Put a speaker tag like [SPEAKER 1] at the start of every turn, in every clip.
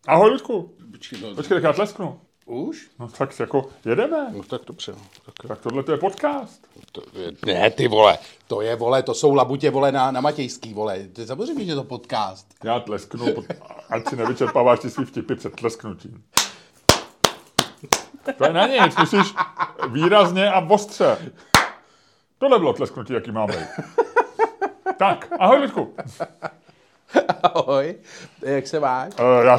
[SPEAKER 1] Ahoj, Ludku.
[SPEAKER 2] Počkej,
[SPEAKER 1] tak já tlesknu.
[SPEAKER 2] Už?
[SPEAKER 1] No tak jako jedeme.
[SPEAKER 2] No tak dobře.
[SPEAKER 1] Tak tohle to je podcast.
[SPEAKER 2] Ne, ty vole, to jsou labutě, vole, na Matějský, vole. Ty samozřejmě, že to podcast.
[SPEAKER 1] Já tlesknu, ať si nevyčerpáváš ty svý vtipy před tlesknutím. To je na nic, musíš výrazně a ostře. Tohle bylo tlesknutí, jaký má být. Tak, ahoj, Ludku.
[SPEAKER 2] Ahoj, jak se máš?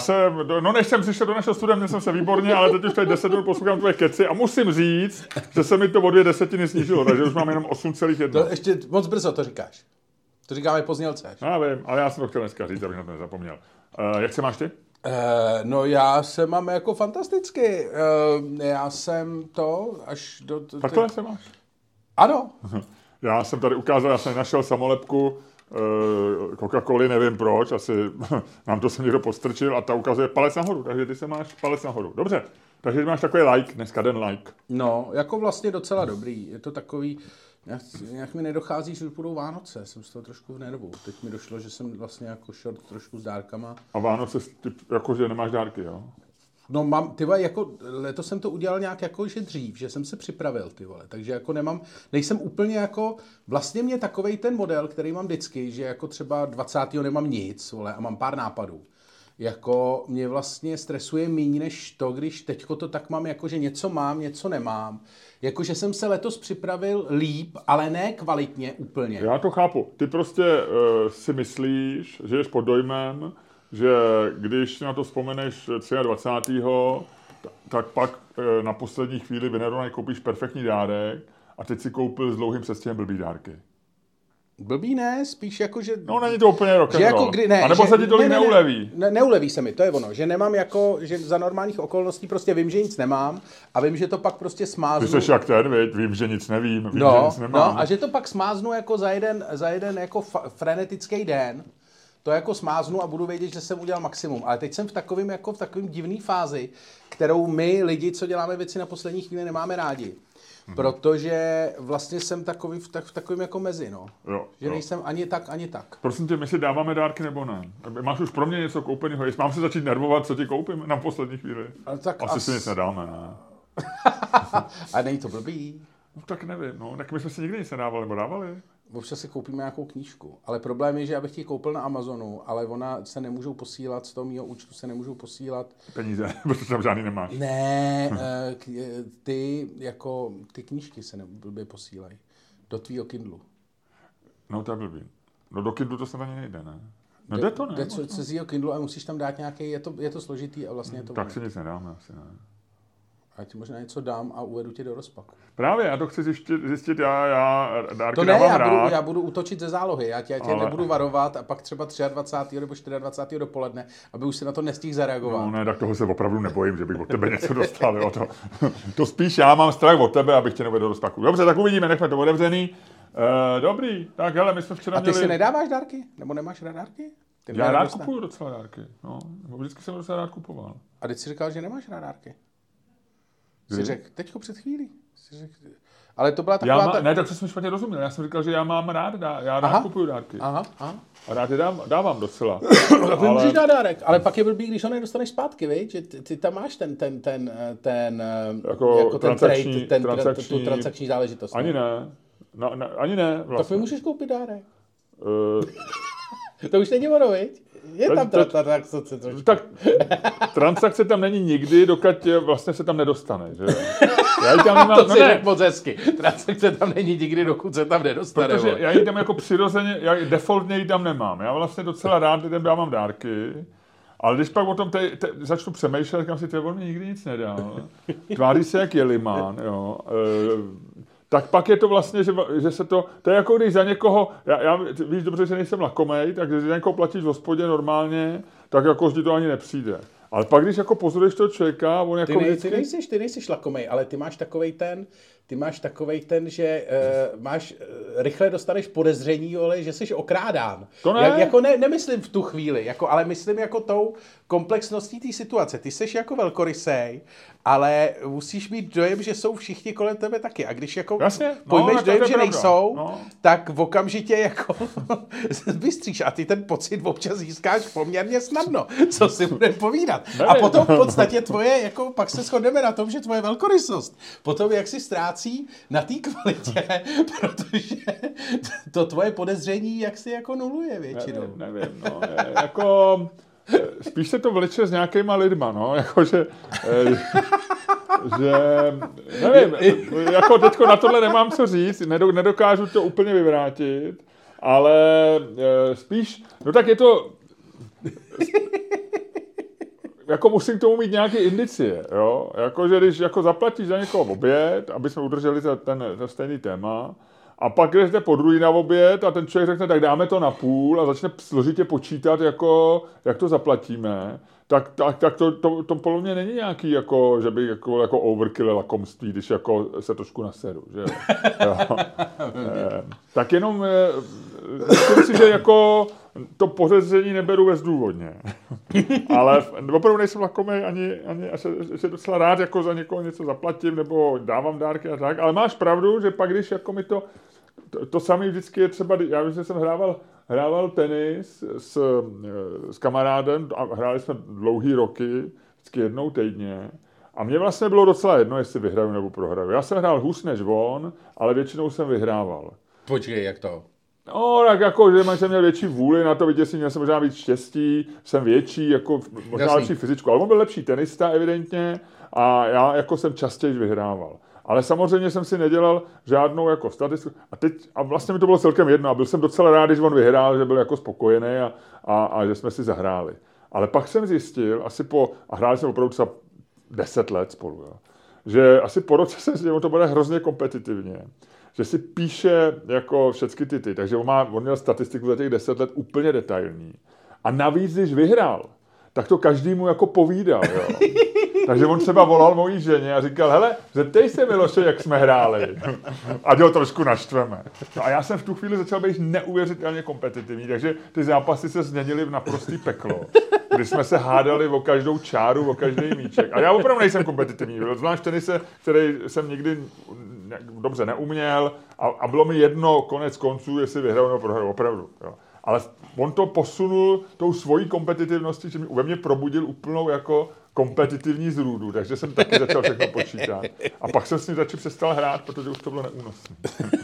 [SPEAKER 1] Než jsem přišel do našeho studia, měl jsem se výborně, ale teď už tady 10 minut poslouchám tvoje keci a musím říct, že se mi to o 2/10 snížilo, takže už mám jenom 8,1.
[SPEAKER 2] No, ještě moc brzo to říkáš. To říkáme poznělce.
[SPEAKER 1] Já vím, ale já jsem to chtěl dneska říct, abych na to nezapomněl. Jak se máš ty?
[SPEAKER 2] No já se mám jako fantasticky. Já jsem to až do...
[SPEAKER 1] Takhle se máš?
[SPEAKER 2] Ano.
[SPEAKER 1] Já jsem tady ukázal, já jsem našel samolepku Coca-Coly, nevím proč, asi nám to sem někdo podstrčil a ta ukazuje palec nahoru, takže ty se máš palec nahoru. Dobře, takže ty máš takový like, dneska den like.
[SPEAKER 2] No, jako vlastně docela dobrý, je to takový, nějak mi nedochází, že už budou Vánoce, jsem z toho trošku v nervu. Teď mi došlo, že jsem vlastně jako short trošku s dárkama.
[SPEAKER 1] A Vánoce, jakože nemáš dárky, jo?
[SPEAKER 2] No mám, ty vole, jako letos jsem to udělal nějak jako, že dřív, že jsem se připravil, ty vole, takže jako nejsem úplně jako, vlastně mě takovej ten model, který mám vždycky, že jako třeba 20. nemám nic, vole, a mám pár nápadů. Jako mě vlastně stresuje méně než to, když teďko to tak mám, jako že něco mám, něco nemám. Jako že jsem se letos připravil líp, ale ne kvalitně úplně.
[SPEAKER 1] Já to chápu. Ty prostě si myslíš, že jsi pod dojmem, že když na to vzpomeneš 23. tak pak na poslední chvíli vynervovaný koupíš perfektní dárek a teď si koupil s dlouhým přestěhem blbý dárky.
[SPEAKER 2] Blbý ne, spíš jako, že...
[SPEAKER 1] No není to úplně rock and roll.
[SPEAKER 2] Jako,
[SPEAKER 1] a nebo se ti tolik neuleví.
[SPEAKER 2] Neuleví se mi, to je ono, že nemám jako, že za normálních okolností prostě vím, že nic nemám a vím, že to pak prostě smáznu.
[SPEAKER 1] Ty jsi jak ten, viď? Vím, že nic nevím, vím, že nic nemám.
[SPEAKER 2] No a že to pak smáznu jako za jeden jako frenetický den. To jako smáznu a budu vědět, že jsem udělal maximum. Ale teď jsem v takovém divné fázi, kterou my lidi, co děláme věci na poslední chvíli, nemáme rádi. Protože vlastně jsem takový v takovém jako mezi, no.
[SPEAKER 1] Jo.
[SPEAKER 2] Nejsem ani tak, ani tak.
[SPEAKER 1] Prosím tě, my si dáváme dárky nebo ne? Máš už pro mě něco koupeného? Mám se začít nervovat, co ti koupím na poslední chvíli? Asi si nic nedáme, ne?
[SPEAKER 2] A není to blbý?
[SPEAKER 1] No tak nevím, no. Tak my jsme si nikdy nic nedávali, nebo dávali?
[SPEAKER 2] Občas si koupíme nějakou knížku, ale problém je, že já bych ji koupil na Amazonu, ale ona se nemůžou posílat, z toho mýho účtu se nemůžou posílat.
[SPEAKER 1] Peníze, protože tam žádný nemáš.
[SPEAKER 2] Ne, ty knížky se blbě posílají do tvýho Kindlu.
[SPEAKER 1] No to je blbý. No do Kindlu to se ani nejde, ne? No jde to, ne?
[SPEAKER 2] Jde z jeho Kindlu a musíš tam dát nějaký, je to složitý a vlastně je to...
[SPEAKER 1] Tak si nic nedáme asi, ne?
[SPEAKER 2] A ti možná něco dám a uvedu tě do rozpaku.
[SPEAKER 1] Právě, já to chci zjistit, já dárky
[SPEAKER 2] to ne,
[SPEAKER 1] dávám rád.
[SPEAKER 2] Já budu útočit ze zálohy, já tě nebudu varovat a pak třeba 23. nebo 24. dopoledne, aby už se na to nestihl zareagovat.
[SPEAKER 1] No ne, tak toho se opravdu nebojím, že bych od tebe něco dostal. Jo, to spíš já mám strach od tebe, abych tě neuvedl do rozpaku. Dobře, tak uvidíme, nechme to otevřený. Dobrý, tak hele, my jsme včera
[SPEAKER 2] měli... A ty si nedáváš dárky? Nebo nemáš rád dárky?
[SPEAKER 1] Já rád kupuju docela dárky, no. Vždycky jsem docela rád kupoval.
[SPEAKER 2] A teď si říkal, že nemáš rád dárky. Jsi řekl, teďko před chvílí. Ale to byla taková...
[SPEAKER 1] Ne, tak to jsem špatně rozuměl. Já jsem říkal, že já mám rád, já rád kupuju dárky.
[SPEAKER 2] Aha.
[SPEAKER 1] A rád je dávám docela.
[SPEAKER 2] Ty můžeš dát dárek, ale pak je blbý, když ho nedostaneš zpátky, viď? Že ty tam máš ten
[SPEAKER 1] jako
[SPEAKER 2] ten trade, tu transakční záležitost.
[SPEAKER 1] Ani ne. Ani ne. Vlastně.
[SPEAKER 2] Tak mi můžeš koupit dárek. To už není ono, viď? Je tam transakce trošku.
[SPEAKER 1] Tak transakce tam není nikdy, dokud vlastně se tam nedostane, že? Já ji tam nemám,
[SPEAKER 2] to si řekl moc hezky. Transakce tam není nikdy, dokud se tam nedostane.
[SPEAKER 1] Protože já ji tam jako přirozeně, já defaultně ji tam nemám. Já vlastně docela rád lidem dávám dárky, ale když pak o tom začnu přemýšlet, říkám si, on mi nikdy nic nedal. Tváří se jak jelimán, jo. Tak pak je to vlastně, že se to je jako když za někoho, já víš dobře, že nejsem lakomej, tak když za někoho platíš v hospodě normálně, tak jako vždy to ani nepřijde. Ale pak, když jako pozoruješ toho člověka, on jako
[SPEAKER 2] ty nejsi lakomej, ale ty máš takovej ty máš takovej ten, že rychle dostaneš podezření, ale že jsi okrádán.
[SPEAKER 1] To ne.
[SPEAKER 2] Jako nemyslím v tu chvíli, ale myslím jako tou komplexností té situace. Ty jsi jako velkorysej, ale musíš mít dojem, že jsou všichni kolem tebe taky. A když jako pojmeš dojem, že nejsou, tak v okamžitě jako bystříš a ty ten pocit občas získáš poměrně snadno, co si budeme povídat. A potom v podstatě tvoje, jako pak se shodneme na tom, že tvoje velkorysost potom jak si ztrácí na té kvalitě, protože to tvoje podezření jak si jako nuluje většinou.
[SPEAKER 1] Nevím, jako spíš se to vleče s nějakýma lidma, jakože, že, nevím, jako teďko na tohle nemám co říct, nedokážu to úplně vyvrátit, ale spíš, tak je to, jako musím k tomu mít nějaké indicie, jo, jakože když jako zaplatíš za někoho oběd, aby jsme udrželi ten stejný téma, a pak jdete po druhý na oběd a ten člověk řekne, tak dáme to na půl a začne složitě počítat, jako, jak to zaplatíme, tak to podle mě není nějaký, jako, že by jako overkill lakomství, když jako se trošku naseru, že jo. Tak jenom myslím si, že jako to podezření neberu bezdůvodně. Ale opravdu nejsem lakomej ani že docela rád jako za někoho něco zaplatím nebo dávám dárky a tak, ale máš pravdu, že pak když jako mi to samé vždycky je třeba, já vím, že jsem hrával tenis s kamarádem a hráli jsme dlouhý roky, vždycky jednou týdně. A mně vlastně bylo docela jedno, jestli vyhraju nebo prohraju. Já jsem hrál hůř než on, ale většinou jsem vyhrával.
[SPEAKER 2] Počkej, jak to?
[SPEAKER 1] Tak jako, že jsem měl větší vůli na to vítězství, měl jsem možná víc štěstí, jsem větší, jako možná lepší fyzičku, ale on byl lepší tenista evidentně a já jako jsem častěji vyhrával. Ale samozřejmě jsem si nedělal žádnou jako statistiku. A vlastně mi to bylo celkem jedno. A byl jsem docela rád, když on vyhrál, že byl jako spokojený a že jsme si zahráli. Ale pak jsem zjistil, a hráli jsme opravdu třeba 10 let spolu, jo, že asi po roce jsem zjistil, to bude hrozně kompetitivně. Že si píše jako všechny ty. Takže on měl statistiku za těch 10 let úplně detailní. A navíc, když vyhrál, tak to každému jako povídal, jo. Takže on třeba volal mojí ženě a říkal, hele, zeptej se Miloše, jak jsme hráli. Ať ho trošku naštveme. A já jsem v tu chvíli začal být neuvěřitelně kompetitivní, takže ty zápasy se změnily v naprostý peklo. Kdy jsme se hádali o každou čáru, o každý míček. A já opravdu nejsem kompetitivní. Zvlášť v tenise, který jsem nikdy dobře neuměl a bylo mi jedno konec konců, jestli vyhraju nebo prohraju, opravdu. Jo. Ale on to posunul tou svojí kompetitivností, že ve mně probudil úplnou jako kompetitivní zrůdu, takže jsem taky začal všechno počítat. A pak jsem s ním začal přestal hrát, protože už to bylo neúnosné.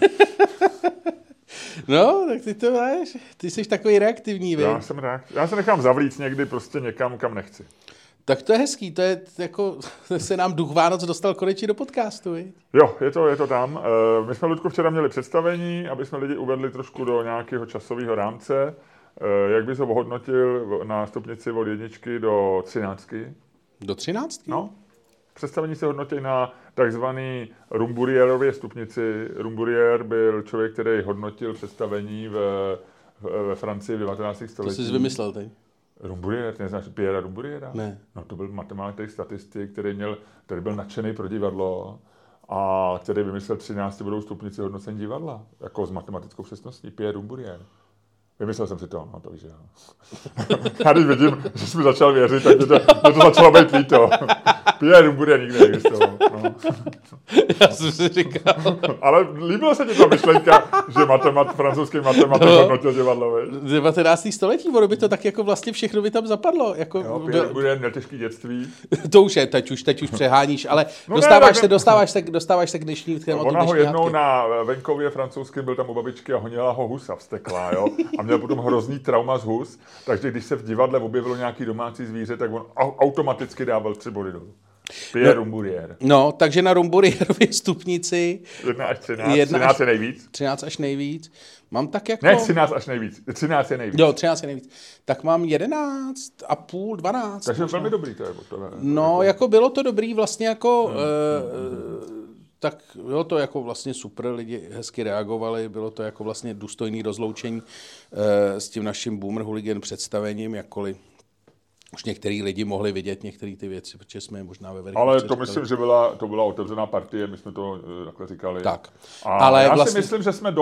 [SPEAKER 2] No, tak ty to máš. Ty jsi takový reaktivní, vy.
[SPEAKER 1] Já se nechám zavlít někdy prostě někam, kam nechci.
[SPEAKER 2] Tak to je hezký, to je jako, se nám duch Vánoc dostal konečně do podcastu, vy.
[SPEAKER 1] Jo, je to tam. My jsme, Ludku, včera měli představení, aby jsme lidi uvedli trošku do nějakého časového rámce. Jak bys ho ohodnotil na stupnici od 1 do 13?
[SPEAKER 2] Do 13?
[SPEAKER 1] No. Představení se hodnotí na takzvaný Rumburiérově stupnici. Rumburiér byl člověk, který hodnotil představení ve Francii v 19. století.
[SPEAKER 2] To jsi vymyslel teď.
[SPEAKER 1] Rumburiér, ty neznáš Pierre Rumburiéra?
[SPEAKER 2] Ne.
[SPEAKER 1] No, to byl matematik, statistik, který byl nadšený pro divadlo a který vymyslel 13 bodovou stupnici hodnocení divadla, jako s matematickou přesností. Pierre Rumburiér. Vymyslel jsem si to, no to víš, jo. Já když vidím, že jsi mi začal věřit, tak mě to začalo být líto. Pierre Rumburiér nikdy neexistoval. No.
[SPEAKER 2] Já jsem si říkal.
[SPEAKER 1] Ale líbila se ti ta myšlenka, že francouzský matematik hodnotil divadlo, víš?
[SPEAKER 2] 19. století, ono by to tak jako vlastně všechno by tam zapadlo. Jako,
[SPEAKER 1] jo, Pierre Rumburiér měl těžký dětství.
[SPEAKER 2] To už je, teď už přeháníš, ale no dostáváš se k dnešní tématu.
[SPEAKER 1] Ona ho jednou na venkově francouzském byl tam u babičky a honila ho husa vzteklá, jo? A měl potom hrozný trauma z hus, takže když se v divadle objevilo nějaký domácí zvíře, tak on automaticky dával 3 body dolů. Pierre Rumburiér.
[SPEAKER 2] No, takže na Rumburiérově stupnici
[SPEAKER 1] 1 až 13, 13 je nejvíc.
[SPEAKER 2] 13 až nejvíc. Mám tak jako...
[SPEAKER 1] Ne, 13 až nejvíc. 13 je nejvíc.
[SPEAKER 2] Jo, 13 je nejvíc. Tak mám 11,5, 12.
[SPEAKER 1] Takže možná. Velmi dobrý to je.
[SPEAKER 2] No, jako bylo to dobrý vlastně jako... tak bylo to jako vlastně super, lidi hezky reagovali, bylo to jako vlastně důstojný rozloučení s tím naším Boomer Hooligan představením, jakkoliv už některý lidi mohli vidět některé ty věci, protože jsme je možná ve Verichovce
[SPEAKER 1] Ale to
[SPEAKER 2] říkali.
[SPEAKER 1] myslím, že to byla otevřená partie, my jsme to takhle říkali.
[SPEAKER 2] Tak.
[SPEAKER 1] Ale já si myslím, že jsme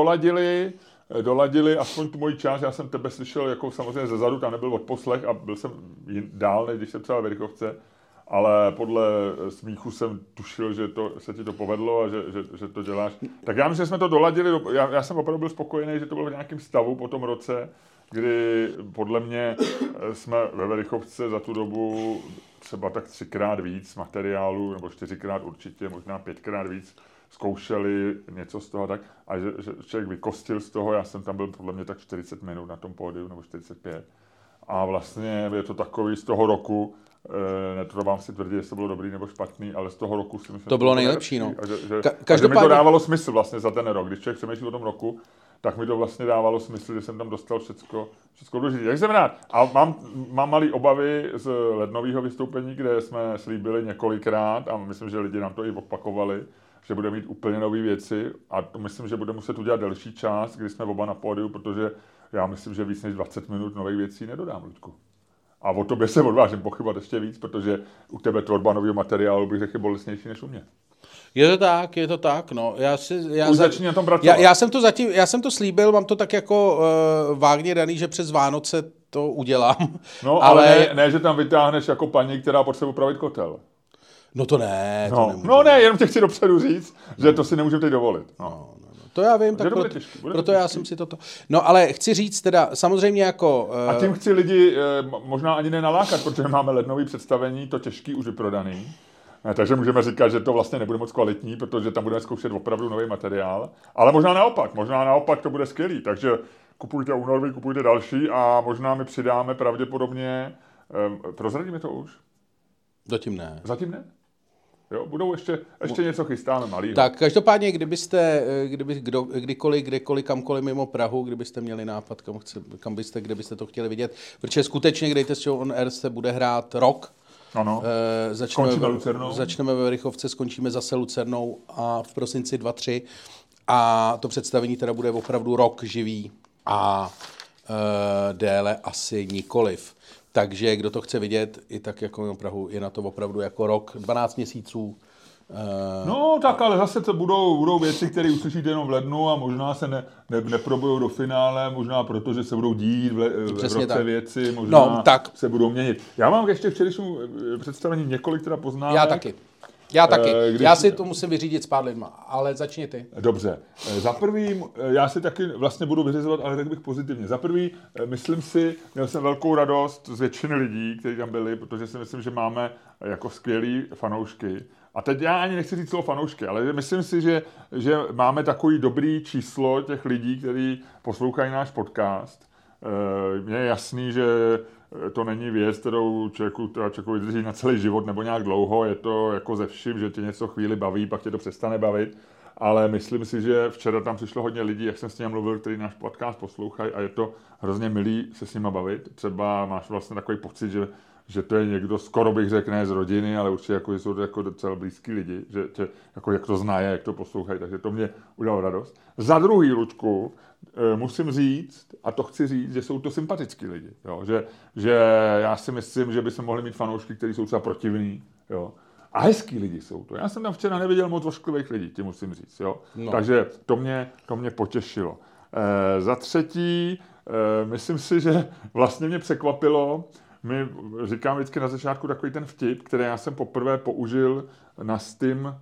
[SPEAKER 1] doladili aspoň tu moji část. Já jsem tebe slyšel jako samozřejmě zezadu, tam nebyl odposlech a byl jsem dál, než když jsem psal Verichovce, ale podle smíchu jsem tušil, že se ti to povedlo a že to děláš. Tak já myslím, že jsme to doladili. Já jsem opravdu byl spokojený, že to bylo v nějakém stavu po tom roce, kdy podle mě jsme ve Verichovce za tu dobu třeba tak 3x víc materiálu, nebo 4x určitě, možná 5x víc zkoušeli něco z toho tak, a že člověk vykostil z toho, já jsem tam byl podle mě tak 40 minut na tom pódiu, nebo 45. A vlastně je to takový z toho roku, netrvám si tvrdit, jestli to bylo dobrý nebo špatný, ale z toho roku si myslím,
[SPEAKER 2] to bylo nejlepší, no.
[SPEAKER 1] Každopádně mi to dávalo smysl vlastně za ten rok. Když člověk přemýšlí o tom roku, tak mi to vlastně dávalo smysl, že jsem tam dostal všecko důležité. Jak jsem rád. A mám malý obavy z lednového vystoupení, kde jsme slíbili několikrát a myslím, že lidi nám to i opakovali, že bude mít úplně nové věci a to myslím, že bude muset udělat delší čas, kdy jsme oba na pódiu, protože já myslím, že víc než 20 minut nových věcí nedodám, Luďku. A o tobě se odvážím pochybovat ještě víc, protože u tebe tvorba nového materiálu bych řekl je bolestnější než u mě.
[SPEAKER 2] Je to tak, no.
[SPEAKER 1] Začni na tom pracovat.
[SPEAKER 2] Já jsem to slíbil, mám to tak jako vágně daný, že přes Vánoce to udělám.
[SPEAKER 1] No, ale ne, že tam vytáhneš jako paní, která potřebuje upravit kotel.
[SPEAKER 2] No to ne.
[SPEAKER 1] Jenom tě chci dopředu říct, že to si nemůžeme teď dovolit. No.
[SPEAKER 2] To já vím, tak proto já jsem si toto... No ale chci říct teda, samozřejmě jako...
[SPEAKER 1] A tím chci lidi možná ani nenalákat, protože máme lednový představení, to těžký už vyprodaný. Takže můžeme říkat, že to vlastně nebude moc kvalitní, protože tam budeme zkoušet opravdu nový materiál. Ale možná naopak to bude skvělý. Takže kupujte únorový, kupujte další a možná my přidáme pravděpodobně... Prozradíme to už? Zatím ne? Jo, budou ještě něco chystáme malýho.
[SPEAKER 2] Tak každopádně, kdekoliv, kamkoliv mimo Prahu, kdybyste měli nápad, kde byste to chtěli vidět, protože skutečně Greatest Show on Air se bude hrát rok.
[SPEAKER 1] Ano.
[SPEAKER 2] Začneme ve Verichovce, skončíme zase Lucernou a v prosinci 2-3 a to představení teda bude opravdu rok živý a déle asi nikoliv. Takže kdo to chce vidět, i tak jako mimo Prahu, je na to opravdu jako rok, 12 měsíců.
[SPEAKER 1] No tak, ale zase to budou věci, které uslyšíte jenom v lednu a možná se neprobujou do finále, možná protože se budou dít v roce věci, možná se budou měnit. Já mám ještě včerejším představení několik, teda poznámek.
[SPEAKER 2] Já taky. Já si to musím vyřídit s pár lidma, ale začni ty.
[SPEAKER 1] Dobře. Za prvý, já si taky vlastně budu vyřizovat, ale tak bych pozitivně. Za prvý, myslím si, měl jsem velkou radost z většiny lidí, kteří tam byli, protože si myslím, že máme jako skvělý fanoušky. A teď já ani nechci říct slovo fanoušky, ale myslím si, že máme takový dobrý číslo těch lidí, kteří poslouchají náš podcast. Mně je jasný, že to není věc, kterou člověku vydrží na celý život nebo nějak dlouho, je to jako ze vším, že tě něco chvíli baví, pak tě to přestane bavit, ale myslím si, že včera tam přišlo hodně lidí, jak jsem s nimi mluvil, kteří náš podcast poslouchají a je to hrozně milý se s nimi bavit. Třeba máš vlastně takový pocit, že to je někdo, skoro bych řekl, ne z rodiny, ale určitě jako jsou to jako docela blízký lidi, že tě, jako jak to znají, jak to poslouchají, takže to mě udělalo radost. Za druhý, Luďku, musím říct, a to chci říct, že jsou to sympatický lidi, jo? Že já si myslím, že bychom mohli mít fanoušky, kteří jsou třeba protivní, jo? A hezký lidi jsou to. Já jsem tam včera neviděl moc ošklivých lidí, ti musím říct, jo? No. Takže to mě potěšilo. Za třetí, myslím si, že vlastně mě překvapilo, říkám vždycky na začátku takový ten vtip, který já jsem poprvé použil na Steam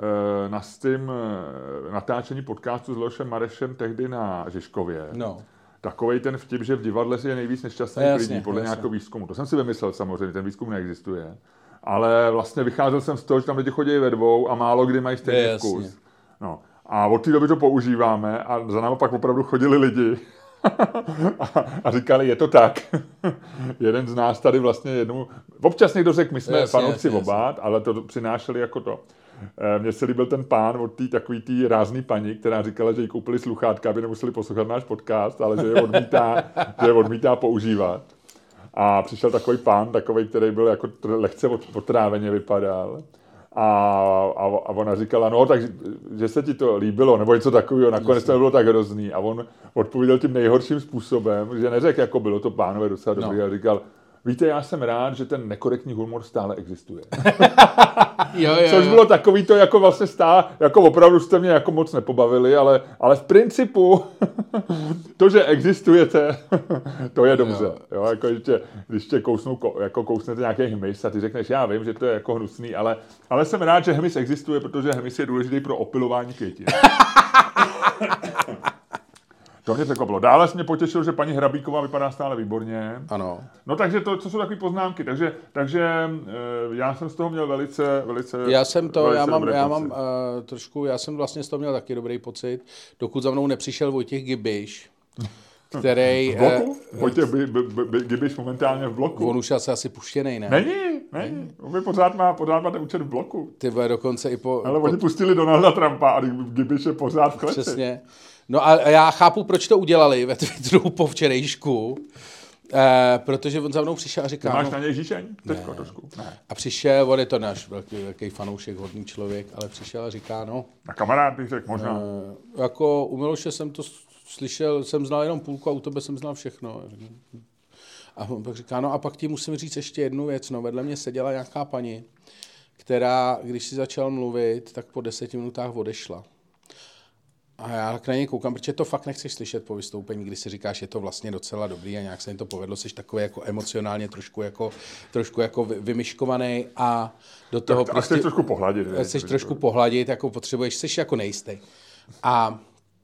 [SPEAKER 1] natáčení podcastu s Leošem Marešem tehdy na Žižkově.
[SPEAKER 2] No.
[SPEAKER 1] Takovej ten vtip, že v divadle je nejvíc nešťastných lidí podle nějakého výzkumu. To jsem si vymyslel samozřejmě, ten výzkum neexistuje. Ale vlastně vycházel jsem z toho, že tam lidi chodí ve dvou a málo kdy mají stejný vkus. No. A od té doby to používáme a za námi pak opravdu chodili lidi a říkali, je to tak. Jeden z nás tady vlastně občas někdo řekl, my jsme fanoušci oba, ale to přinášeli jako to. Mně se líbil ten pán od takový tý rázný paní, která říkala, že jí koupili sluchátka, aby nemuseli poslouchat náš podcast, ale že je odmítá používat. A přišel takový pán, který byl jako lehce otráveně vypadal. A ona říkala, no, takže že se ti to líbilo, nebo něco takového, nakonec to nebylo tak hrozný. A on odpověděl tím nejhorším způsobem, že neřekl, jako bylo to pánové docela dobrý, ale říkal, víte, já jsem rád, že ten nekorektní humor stále existuje.
[SPEAKER 2] Jo.
[SPEAKER 1] Což bylo takový to, jako vlastně jako opravdu jste mě jako moc nepobavili, ale v principu to, že existujete, to je dobře. Jo, jako když tě kousnete nějaký hmyz a ty řekneš, já vím, že to je jako hnusný, ale jsem rád, že hmyz existuje, protože hmyz je důležitý pro opilování květin. To mě překvapilo. Dále mě potěšilo, že paní Hrabíková vypadá stále výborně.
[SPEAKER 2] Ano.
[SPEAKER 1] No takže to jsou takové poznámky. Takže já jsem z toho měl velice
[SPEAKER 2] já jsem vlastně z toho měl taky dobrý pocit, dokud za mnou nepřišel Vojtěch Gibiš, který...
[SPEAKER 1] V bloku? Vojtěch Gibiš momentálně v bloku.
[SPEAKER 2] On už asi puštěnej, ne?
[SPEAKER 1] Není. On pořád má ten účet v bloku.
[SPEAKER 2] Ty bude dokonce i po...
[SPEAKER 1] Ale oni pustili Donalda Trumpa a Gibiš je pořád v kleci.
[SPEAKER 2] Přesně. No a já chápu, proč to udělali ve Twitteru po včerejšku, protože on za mnou přišel a říká...
[SPEAKER 1] Máš na něj žíšeň? Teďko trošku. Ne.
[SPEAKER 2] A přišel, on je to náš velký fanoušek, hodný člověk, ale přišel a říká, no...
[SPEAKER 1] Na kamarád bych řekl, možná.
[SPEAKER 2] Jako u Miloše jsem to slyšel, jsem znal jenom půlku a u tebe jsem znal všechno. A on pak říká, no a pak ti musím říct ještě jednu věc, no vedle mě seděla nějaká paní, která, když si začal mluvit, tak po 10 minutách odešla. A já tak na něj koukám, protože to fakt nechceš slyšet po vystoupení, kdy si říkáš, je to vlastně docela dobrý a nějak se jim to povedlo, jsi takový jako emocionálně trošku jako vymyškovaný a do toho
[SPEAKER 1] tak, prostě... Chceš trošku pohladit.
[SPEAKER 2] Chceš trošku pohladit, jako potřebuješ, jsi jako nejistý. A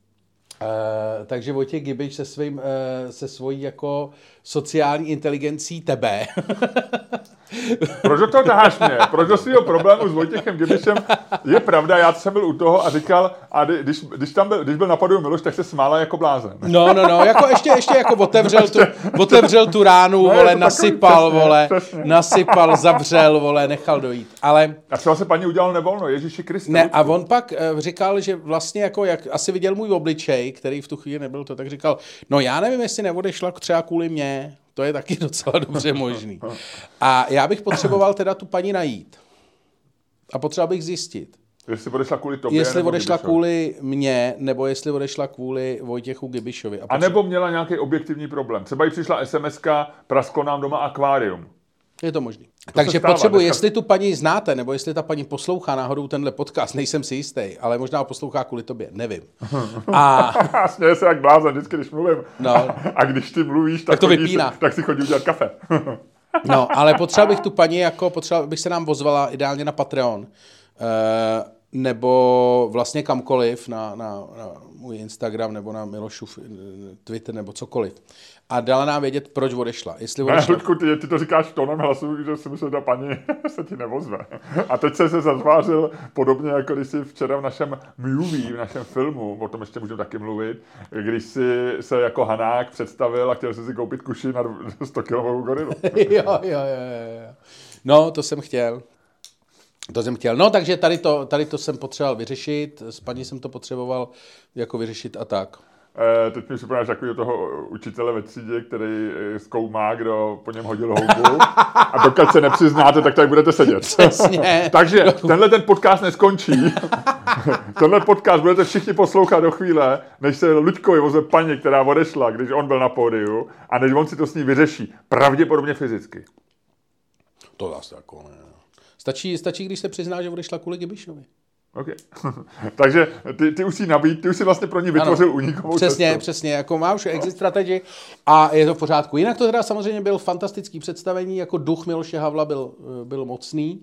[SPEAKER 2] takže Vojtěch Gibiš se svojí jako sociální inteligencí tebe.
[SPEAKER 1] Proč to taháš mě? Proč do svýho problému s Vojtěchem Gibišem je pravda, já jsem byl u toho a říkal, a když byl napadl Miloš, tak se smála jako blázen.
[SPEAKER 2] No, jako ještě jako otevřel tu ránu, no, vole, nasypal, nasypal, zavřel, vole, nechal dojít. Ale...
[SPEAKER 1] A třeba se paní udělal nevolno, Ježíši Kriste.
[SPEAKER 2] Ne, a on pak říkal, že vlastně jako, jak asi viděl můj obličej, který v tu chvíli nebyl to, tak říkal, no já nevím, jestli neodešla třeba kvůli mě. To je taky docela dobře možný. A já bych potřeboval teda tu paní najít. A potřeboval bych zjistit.
[SPEAKER 1] Jestli odešla kvůli tobě,
[SPEAKER 2] jestli odešla kvůli mně, nebo jestli odešla kvůli Vojtěchu Gibišovi.
[SPEAKER 1] A nebo měla nějaký objektivní problém. Třeba jí přišla SMS-ka, prasklo nám doma akvárium.
[SPEAKER 2] Je to možný. Takže potřebuji, jestli tu paní znáte, nebo jestli ta paní poslouchá náhodou tenhle podcast, nejsem si jistý, ale možná ho poslouchá kvůli tobě, nevím. A
[SPEAKER 1] směje se jak blázen vždycky, když mluvím.
[SPEAKER 2] No.
[SPEAKER 1] A když ty mluvíš,
[SPEAKER 2] tak to vypíná.
[SPEAKER 1] Tak si chodí udělat kafe.
[SPEAKER 2] No, ale potřeboval bych tu paní, potřeboval bych se nám ozvala ideálně na Patreon. Nebo vlastně kamkoliv na můj Instagram nebo na Milošův Twitter nebo cokoliv. A dala nám vědět, proč odešla. Jestli odešla...
[SPEAKER 1] Ne, Ludku, ty to říkáš v tónem hlasu, že si myslím, že ta paní se ti nevozve. A teď se zatvářil podobně, jako když jsi včera v našem movie, v našem filmu, o tom ještě můžeme taky mluvit, když si se jako Hanák představil a chtěl si koupit kuši na 100kilovou gorilu.
[SPEAKER 2] Jo. No, to jsem chtěl. No, takže tady to jsem potřeboval vyřešit, s paní jsem to potřeboval jako vyřešit a tak.
[SPEAKER 1] Teď mi připomínáš takového toho učitele ve třídě, který zkoumá, kdo po něm hodil houbu a dokud se nepřiznáte, tak tady budete sedět.
[SPEAKER 2] Přesně.
[SPEAKER 1] Takže tenhle ten podcast neskončí. Tenhle podcast budete všichni poslouchat do chvíle, než se Luďkovi ozve paní, která odešla, když on byl na pódiu a než on si to s ní vyřeší. Pravděpodobně fyzicky.
[SPEAKER 2] To zase jako ne. Stačí, když se přizná, že odešla kvůli Gibišovi.
[SPEAKER 1] Okay. Takže ty už si ty už si vlastně pro ní vytvořil unikovou cestu.
[SPEAKER 2] Přesně, jako máš exit strategy a je to v pořádku. Jinak to teda samozřejmě byl fantastický představení, jako duch Miloše Havla byl mocný.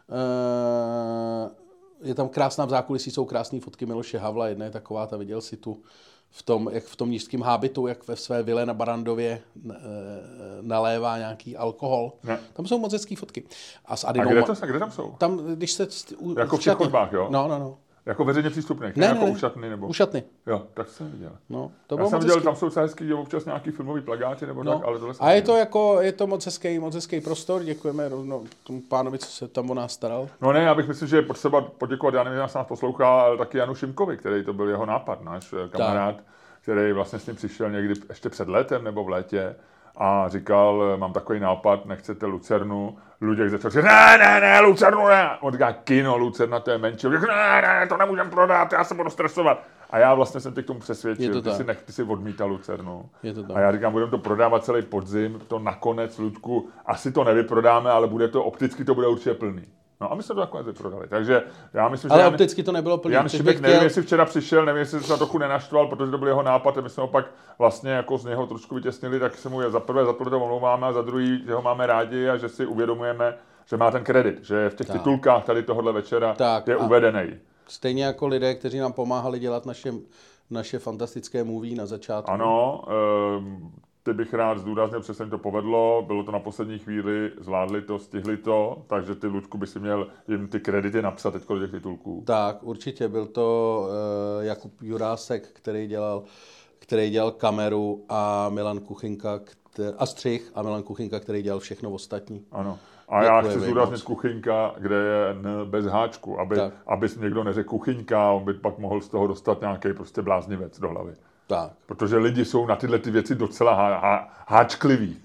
[SPEAKER 2] Je tam krásná, v zákulisí jsou krásné fotky Miloše Havla, jedna je taková, ta viděl si tu v tom nížském hábitu, jak ve své vile na Barandově nalévá nějaký alkohol. Ne. Tam jsou moc hezký fotky. A
[SPEAKER 1] kde tam jsou?
[SPEAKER 2] Tam, když se...
[SPEAKER 1] Jako v těch chodbách, jo?
[SPEAKER 2] No.
[SPEAKER 1] Jako veřejně přístupných,
[SPEAKER 2] ne,
[SPEAKER 1] jako
[SPEAKER 2] ne.
[SPEAKER 1] u šatny nebo...
[SPEAKER 2] U šatny.
[SPEAKER 1] Jo, tak jsem viděl.
[SPEAKER 2] No,
[SPEAKER 1] já jsem viděl, tam jsou hezký, občas nějaký filmový plagáty nebo tak, ale tohle
[SPEAKER 2] a je to moc hezký prostor, děkujeme tomu pánovi, co se tam o nás staral.
[SPEAKER 1] No ne, já bych myslel, že je potřeba poděkovat, já nevím, jestli nás poslouchá, ale taky Janu Šimkovi, který to byl jeho nápad, náš kamarád, který vlastně s ním přišel někdy ještě před létem nebo v létě a říkal, mám takový nápad, nechcete lucernu. Luděk začal říct, ne, lucernu ne. On říká, kino, lucerna, to je menší. Luděk, ne, to nemůžem prodat, já se budu stresovat. A já vlastně jsem tě k tomu přesvědčil, ty si odmítal lucernu. A já říkám, budeme to prodávat celý podzim, to nakonec, Ludku, asi to nevyprodáme, ale bude to, opticky to bude určitě plný. No a my jsme to nakonec vyprodali, takže já myslím,
[SPEAKER 2] ale opticky to nebylo plný.
[SPEAKER 1] Já nevím, jestli včera přišel, nevím, jestli se trochu nenaštval, protože to byl jeho nápad a my jsme ho pak vlastně jako z něho trošku vytěsnili, tak se mu za prvé to omlouváme a za druhý, že ho máme rádi a že si uvědomujeme, že má ten kredit, že v těch titulkách tady tohohle večera je uvedený.
[SPEAKER 2] Stejně jako lidé, kteří nám pomáhali dělat naše fantastické movie na začátku.
[SPEAKER 1] Ano, ty bych rád zdůraznil, přesně to povedlo, bylo to na poslední chvíli, zvládli to, stihli to, takže ty, Ludku, by si měl jim ty kredity napsat teď do těch titulků.
[SPEAKER 2] Tak, určitě, byl to Jakub Jurásek, který dělal kameru a Milan Kuchynka, a střih a Milan Kuchynka, který dělal všechno ostatní.
[SPEAKER 1] Ano. A já chci zdůraznit Kuchyňka, kde je N bez háčku, aby někdo neřekl Kuchyňka, on by pak mohl z toho dostat nějaký prostě bláznivec do hlavy.
[SPEAKER 2] Tak.
[SPEAKER 1] Protože lidi jsou na tyhle ty věci docela háčkliví.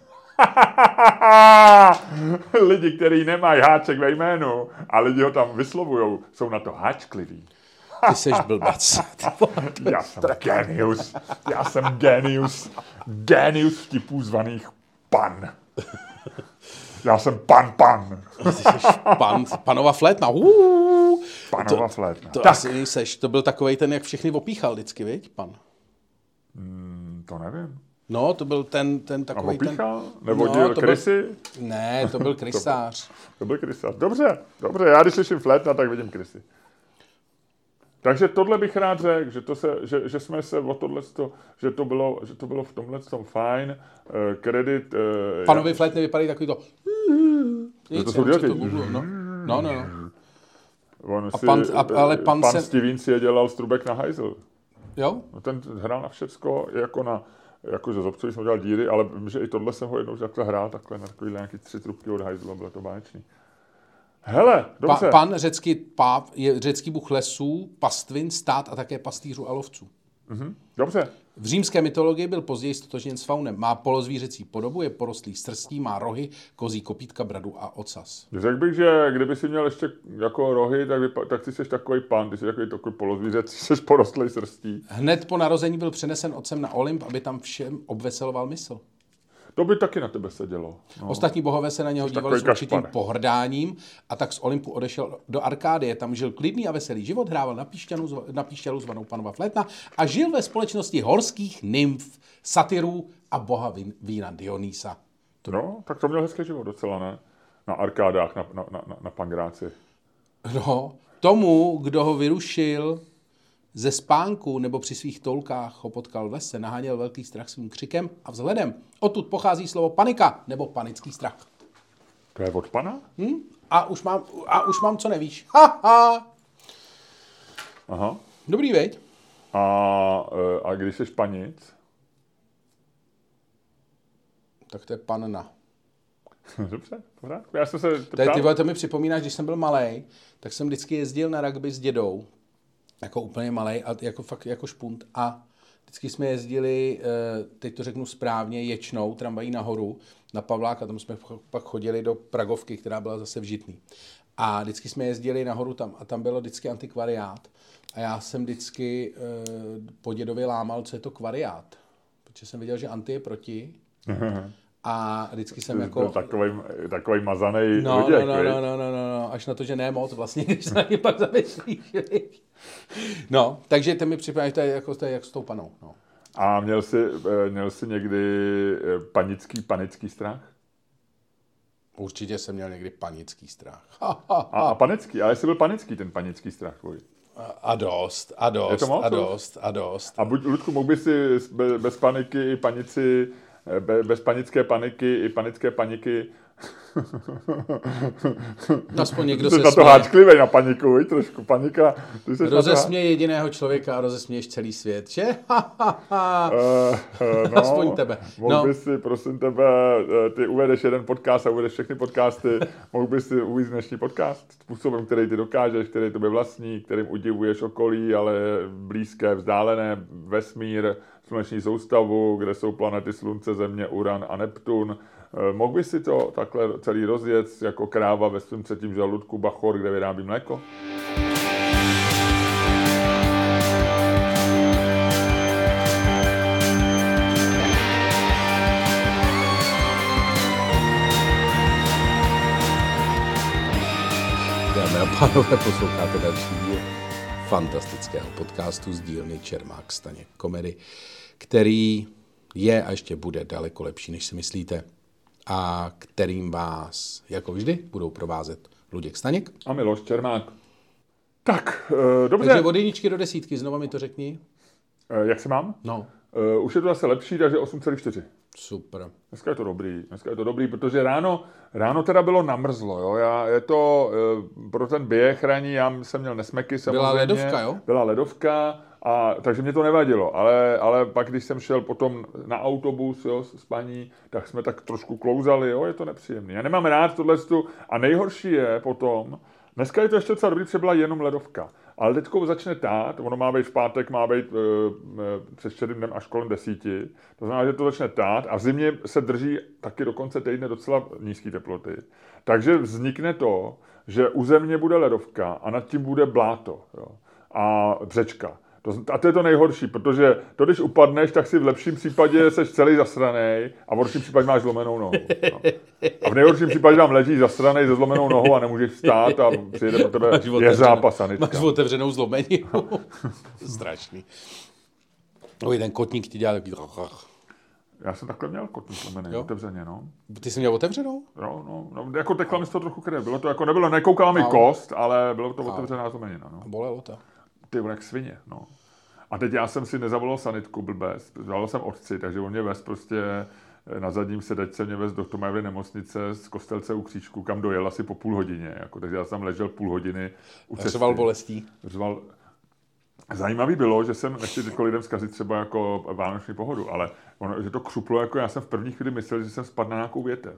[SPEAKER 1] Lidi, kteří nemají háček ve jménu a lidi ho tam vyslovujou, jsou na to háčkliví.
[SPEAKER 2] Ty seš blbec.
[SPEAKER 1] Já jsem genius vtipů zvaných pan. Já jsem pan.
[SPEAKER 2] Ty jsi panova flétna.
[SPEAKER 1] Panova flétna.
[SPEAKER 2] To asi nejseš. To byl takovej ten, jak všechny opíchal vždycky, viď, pan?
[SPEAKER 1] To nevím.
[SPEAKER 2] No, to byl ten takovej ten...
[SPEAKER 1] A opíchal? Nebo dělal krysy?
[SPEAKER 2] Ne, to byl krysář.
[SPEAKER 1] To byl krysář. Dobře. Já když slyším flétna, tak vidím krysy. Takže tohle bych rád řekl, že jsme se o tohle, že to bylo v tomhle fajn. Kredit...
[SPEAKER 2] Panovi flétny vypadají takový to...
[SPEAKER 1] To jsou děti.
[SPEAKER 2] No.
[SPEAKER 1] Ale pan Steven si je dělal Strubek na hajzl.
[SPEAKER 2] Jo?
[SPEAKER 1] No, ten hrál na všecko, jako že z obcoví jsme dělal díry, ale vím, že i tohle jsem ho jednou takhle hrál, takhle na takovýhle nějaký 3 trubky od hajzlu, bylo to báječný. Hele, dobře.
[SPEAKER 2] Pan je řecký bůh lesů, pastvin, stát a také pastýřů a lovců.
[SPEAKER 1] Dobře.
[SPEAKER 2] V římské mytologii byl později stotožněn s faunem. Má polozvířecí podobu, je porostlý srstí, má rohy, kozí kopítka, bradu a ocas.
[SPEAKER 1] Řekl bych, že kdyby si měl ještě jako rohy, tak ty jsi takový pan, ty jsi takový polozvířec, jsi porostlý srstí.
[SPEAKER 2] Hned po narození byl přenesen otcem na Olymp, aby tam všem obveseloval mysl.
[SPEAKER 1] To by taky na tebe sedělo. No.
[SPEAKER 2] Ostatní bohové se na něho dívali s určitým pohrdáním a tak z Olympu odešel do Arkádie. Tam žil klidný a veselý život, hrával na píšťalu zvanou Panova flétna a žil ve společnosti horských nymf, satyrů a boha vína Dionýsa.
[SPEAKER 1] No, tak to měl hezký život docela, ne? Na arkádách, na Pangráci.
[SPEAKER 2] No, tomu, kdo ho vyrušil ze spánku nebo při svých toulkách ho potkal v lese, naháněl velký strach svým křikem a vzhledem. Odtud pochází slovo panika nebo panický strach.
[SPEAKER 1] To je od pana?
[SPEAKER 2] A už mám, co nevíš. Ha.
[SPEAKER 1] Aha.
[SPEAKER 2] Dobrý, veď?
[SPEAKER 1] A když jsi panic?
[SPEAKER 2] Tak to je panna.
[SPEAKER 1] Dobře, pořád. Já jsem se ptal.
[SPEAKER 2] To mi připomínáš, když jsem byl malej, tak jsem vždycky jezdil na rugby s dědou. Jako úplně malej a fakt jako špunt. A vždycky jsme jezdili, teď to řeknu správně, ječnou tramvají nahoru na Pavláka. Tam jsme pak chodili do Pragovky, která byla zase v Žitný. A vždycky jsme jezdili nahoru tam a tam bylo vždycky antikvariát. A já jsem vždycky po dědovi lámal, co je to kvariát. Protože jsem viděl, že anti je proti. A vždycky jsem jako...
[SPEAKER 1] Takovej mazanej
[SPEAKER 2] no, až na to, že ne moc vlastně, když se na ně pak zamyslíš. No, takže to mi připadá, že to je jako s tou panou. No.
[SPEAKER 1] A měl jsi někdy panický strach?
[SPEAKER 2] Určitě jsem měl někdy panický strach.
[SPEAKER 1] A panický, ale jestli byl panický ten panický strach tvůj?
[SPEAKER 2] A dost.
[SPEAKER 1] A Ludku, mohl by si bez paniky i panici... Bez panické paniky i panické paniky.
[SPEAKER 2] Aspoň někdo
[SPEAKER 1] se
[SPEAKER 2] se
[SPEAKER 1] na to háčklivej na paniku, víš, trošku panika.
[SPEAKER 2] Rozesměj jediného člověka a rozesměješ celý svět, že? No, aspoň tebe.
[SPEAKER 1] Mohl bys si, prosím tebe, ty uvedeš jeden podcast a uvedeš všechny podcasty, mohl bys si uvést dnešní podcast způsobem, který ty dokážeš, který tobě vlastní, kterým udivuješ okolí, ale blízké, vzdálené, vesmír, sluneční soustavu, kde jsou planety Slunce, Země, Uran a Neptun. Mohl by si to takhle celý rozjet jako kráva ve svém třetím žaludku Bachor, kde vyrábí mléko?
[SPEAKER 2] Dámy a pánové, posloucháte další díl fantastického podcastu z dílny Čermák Staněk Komedy, který je a ještě bude daleko lepší, než si myslíte, a kterým vás, jako vždy, budou provázet Luděk Staněk
[SPEAKER 1] a Miloš Čermák. Tak, dobře.
[SPEAKER 2] Takže od 1 do 10, znova mi to řekni.
[SPEAKER 1] Jak se mám?
[SPEAKER 2] No.
[SPEAKER 1] Už je to zase lepší, takže 8,4.
[SPEAKER 2] Super.
[SPEAKER 1] Dneska je to dobrý, protože ráno teda bylo namrzlo, jo. Je to pro ten běh ranní, já jsem měl nesmeky samozřejmě.
[SPEAKER 2] Byla ledovka, jo?
[SPEAKER 1] Byla ledovka, takže mě to nevadilo, ale pak, když jsem šel potom na autobus, jo, s paní, tak jsme tak trošku klouzali, jo, je to nepříjemný. Já nemám rád tohletu a nejhorší je potom, dneska je to ještě docela dobrý, protože byla jenom ledovka. Ale teďko začne tát, ono má být v pátek, má být přes 4 dnem až kolem 10. To znamená, že to začne tát a v zimě se drží taky do konce týdne docela nízké teploty. Takže vznikne to, že u země bude ledovka a nad tím bude bláto, jo, a břečka. A to je to nejhorší, protože to, když upadneš, tak si v lepším případě seš celý zasranej a v horším případě máš zlomenou nohu. No. A v nejhorším případě tam ležíš zasranej se zlomenou nohou a nemůžeš vstát a přijede pro tebe jeřáb a sanitka.
[SPEAKER 2] Máš otevřenou zlomeninu. Strašný. Oj, ten kotník ti dělá takový...
[SPEAKER 1] Já jsem takhle měl kotník zlomený, otevřeně, no.
[SPEAKER 2] Ty jsi měl otevřenou?
[SPEAKER 1] Jo, no, jako tekla mi z toho trochu krev. Bylo to jako, nekoukala mi kost, ale bylo to otevřená zlomenina, no.
[SPEAKER 2] Bolelo to.
[SPEAKER 1] Ty vole, jak svině, no. A teď já jsem si nezavolal sanitku, blbec. Zavolal jsem otci, takže on mě vez prostě na zadním sedačce mě vez do Tomájovy nemocnice z Kostelce u Křížku, kam dojel asi po půl hodině. Jako, takže já jsem tam ležel půl hodiny u cesty.
[SPEAKER 2] Řval bolestí.
[SPEAKER 1] Zajímavý bylo, že jsem, nechci teď lidem zkazit třeba jako vánoční pohodu, ale ono, že to křuplo, jako já jsem v první chvíli myslel, že jsem spadl na nějakou větev.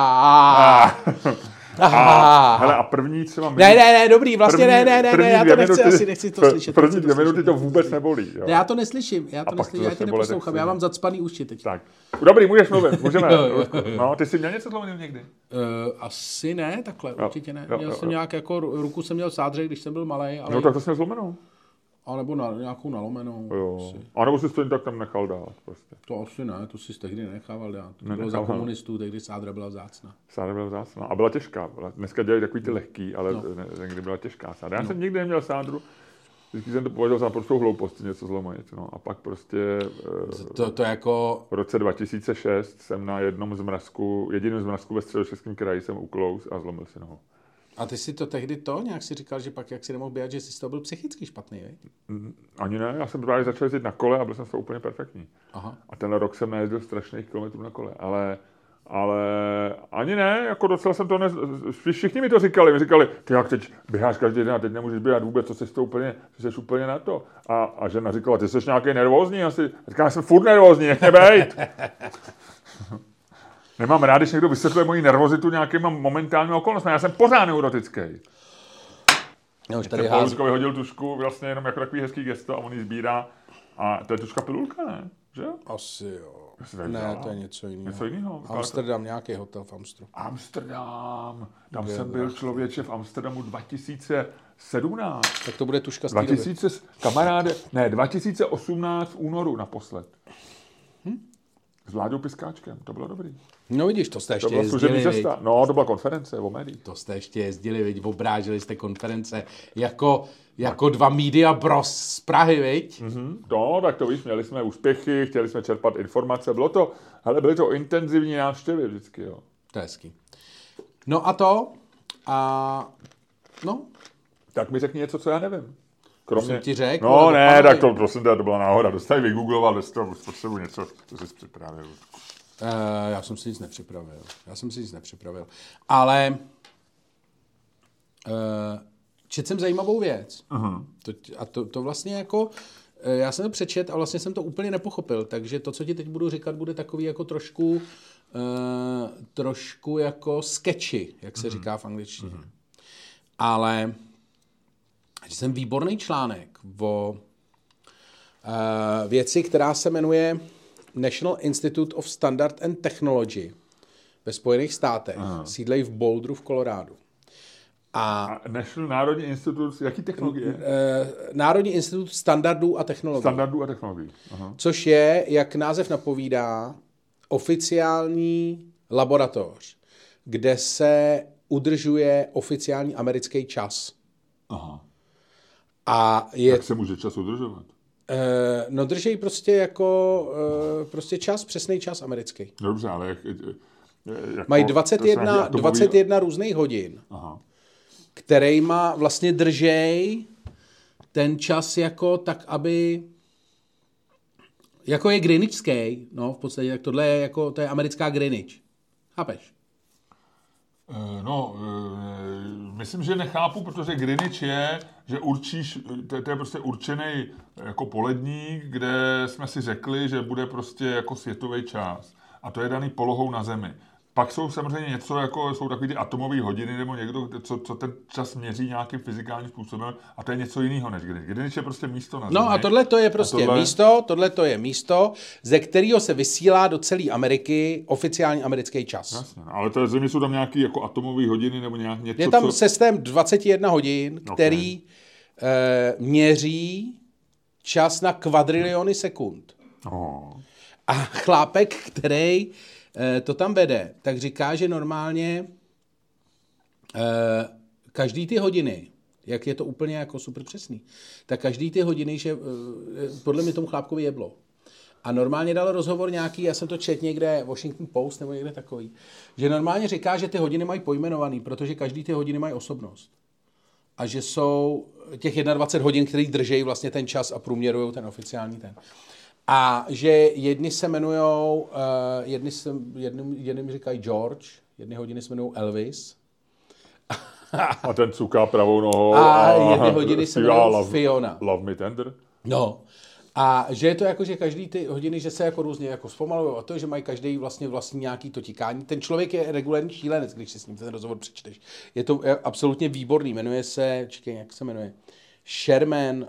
[SPEAKER 1] Hele, a první třeba...
[SPEAKER 2] Ne, dobrý, vlastně ne, já to nechci to slyšet.
[SPEAKER 1] První 2 minuty to vůbec nebolí. Jo.
[SPEAKER 2] Ne, já to neslyším, já tě neposlouchám, já mám zacpaný uši teď.
[SPEAKER 1] Tak, dobrý, můžeš mluvit, můžeme. No, ty jsi měl něco zlomeného někdy?
[SPEAKER 2] Asi ne, takhle, určitě ne. Měl jsem nějak jako, ruku jsem měl sádře, když jsem byl malej. Ale...
[SPEAKER 1] No tak to jsi měl zlomenou.
[SPEAKER 2] A nebo nějakou nalomenou.
[SPEAKER 1] Jo. A nebo jsi to jen tak tam nechal dát prostě.
[SPEAKER 2] To asi ne, to si tehdy nenechával dát. To bylo za komunistů, tehdy sádra byla vzácná.
[SPEAKER 1] Sádra byla vzácná. A byla těžká. Dneska dělají takový ty lehký, ale někdy byla těžká sádra. Já jsem nikdy neměl sádru. Vždycky jsem to považoval za prostou hloupost, něco zlomit. No. A pak prostě
[SPEAKER 2] to jako...
[SPEAKER 1] v roce 2006 jsem na jediném zmrazku ve Středočeském kraji jsem uklouz a zlomil si nohu.
[SPEAKER 2] A ty si to tehdy nějak si říkal, že pak jak si nemohl běhat, že jsi z toho byl psychicky špatný, vej?
[SPEAKER 1] Ani ne, já jsem právě začal jezdit na kole a byl jsem z toho úplně perfektní.
[SPEAKER 2] Aha.
[SPEAKER 1] A tenhle rok jsem najezdil strašných kilometrů na kole, ale ani ne, jako docela jsem to všichni mi to říkali, ty jak teď běháš každý den a teď nemůžeš běhat vůbec, co jsi úplně na to. A žena říkala, ty jsi nějaký nervózní asi. Říkám, já jsem furt nervózní, nech mě bejt. Nemám rád, když někdo vysvětluje moji nervozitu nějakým momentálním okolnostem. Já jsem pořád neurotický.
[SPEAKER 2] No,
[SPEAKER 1] tady Pauluškovi hodil tušku vlastně jenom jako takový hezký gesto a on ji sbírá. A to je tuška pilulka, ne? Že?
[SPEAKER 2] Asi jo. Ne, to je něco jiného. Amsterdam, nějaký hotel v
[SPEAKER 1] Amsterdam. Tam jsem byl člověče v Amsterdamu 2017.
[SPEAKER 2] Tak to bude tuška z
[SPEAKER 1] 2018 v únoru naposled. S Vláďou Piskáčkem, to bylo dobrý.
[SPEAKER 2] No vidíš, to jste ještě
[SPEAKER 1] jezdili. No, to byla konference o médiích.
[SPEAKER 2] To jste ještě jezdili, viď, obráželi jste konference jako dva media bros z Prahy, viď?
[SPEAKER 1] No, tak to víš, měli jsme úspěchy, chtěli jsme čerpat informace, byly to intenzivní návštěvy vždycky, jo.
[SPEAKER 2] To je hezký. No
[SPEAKER 1] Tak mi řekni něco, co já nevím.
[SPEAKER 2] Kromě... Jsem ti řekl.
[SPEAKER 1] No ne, tak to prosím, to byla náhoda. Dostaj vygoogloval, bez toho potřebuji něco, co jsi připravil.
[SPEAKER 2] Já jsem si nic nepřipravil. Ale četl jsem zajímavou věc. To vlastně jako, já jsem to přečet a vlastně jsem to úplně nepochopil, takže to, co ti teď budu říkat, bude takový jako trošku jako sketchy, jak se říká v angličtině. Ale jsem výborný článek věci, která se jmenuje National Institute of Standard and Technology ve Spojených státech. Sídlejí v Boulderu v Kolorádu.
[SPEAKER 1] A Národní institut, jaký technologie?
[SPEAKER 2] Národní institut standardů a technologií.
[SPEAKER 1] Standardů a technologií. Aha.
[SPEAKER 2] Což je, jak název napovídá, oficiální laboratoř, kde se udržuje oficiální americký čas.
[SPEAKER 1] Aha.
[SPEAKER 2] A je...
[SPEAKER 1] Jak se může čas udržovat?
[SPEAKER 2] No držej prostě jako prostě čas, přesný čas americký.
[SPEAKER 1] Dobře, ale jako,
[SPEAKER 2] mají 21 různých hodin, kterejma vlastně držej ten čas jako tak, aby jako je Greenwichský, no v podstatě, tak tohle je jako, to je americká Greenwich. Chápeš?
[SPEAKER 1] No, myslím, že nechápu, protože Greenwich je, že určíš, to je prostě určený jako poledník, kde jsme si řekli, že bude prostě jako světový čas. A to je daný polohou na Zemi. Pak jsou samozřejmě něco, jako jsou takový ty atomové hodiny, nebo někdo, co ten čas měří nějakým fyzikálním způsobem, a to je něco jiného než Greenwich. Greenwich je prostě místo na Zemi.
[SPEAKER 2] No a tohle to je prostě tohle to je místo, ze kterého se vysílá do celé Ameriky oficiální americký čas.
[SPEAKER 1] Jasně, ale to je Zemi, jsou tam nějaké jako atomové hodiny, nebo nějak něco,
[SPEAKER 2] je tam systém 21 hodin, který měří čas na kvadriliony sekund. A chlápek, který to tam vede, tak říká, že normálně každý ty hodiny, jak je to úplně jako super přesný, tak každý ty hodiny, že podle mě tomu chlápkovi jeblo. A normálně dal rozhovor nějaký, já jsem to četl někde, Washington Post nebo někde takový, že normálně říká, že ty hodiny mají pojmenovaný, protože každý ty hodiny mají osobnost. A že jsou těch 21 hodin, který držejí vlastně ten čas a průměrují ten oficiální ten. A že jedni se jmenujou, jedni říkají George, jedny hodiny se jmenují Elvis.
[SPEAKER 1] A ten cuká pravou nohou.
[SPEAKER 2] A jedny hodiny se jmenují Fiona.
[SPEAKER 1] Love Me Tender.
[SPEAKER 2] No. A že je to jako, že každý ty hodiny, že se jako různě jako zpomalují a to, že mají každý vlastně nějaký to tikání. Ten člověk je regulární šílenec, když si s ním ten rozhovor přečteš. Je to absolutně výborný. Jmenuje se, čekaj, jak se jmenuje? Sherman...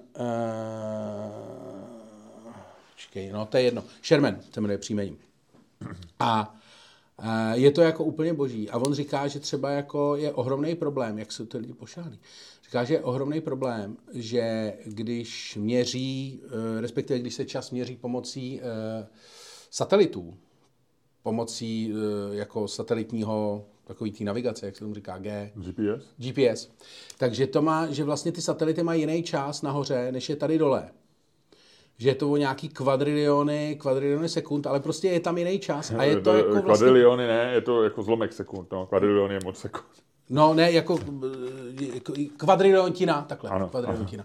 [SPEAKER 2] no to je jedno. Sherman se jmenuje příjmením. A je to jako úplně boží. A on říká, že třeba jako je ohromný problém, jak se to lidi pošálí. Říká, že je ohromný problém, že když měří, respektive když se čas měří pomocí satelitů, pomocí jako satelitního takový tý navigace, jak se tomu říká, GPS. Takže to má, že vlastně ty satelity mají jiný čas nahoře, než je tady dole. Že je to o nějaký kvadriliony sekund, ale prostě je tam jiný čas. A je to jako vlastně...
[SPEAKER 1] Kvadriliony ne, je to jako zlomek sekund, no, kvadriliony je moc sekund.
[SPEAKER 2] No ne, jako kvadriliontina, takhle, ano, kvadriliontina.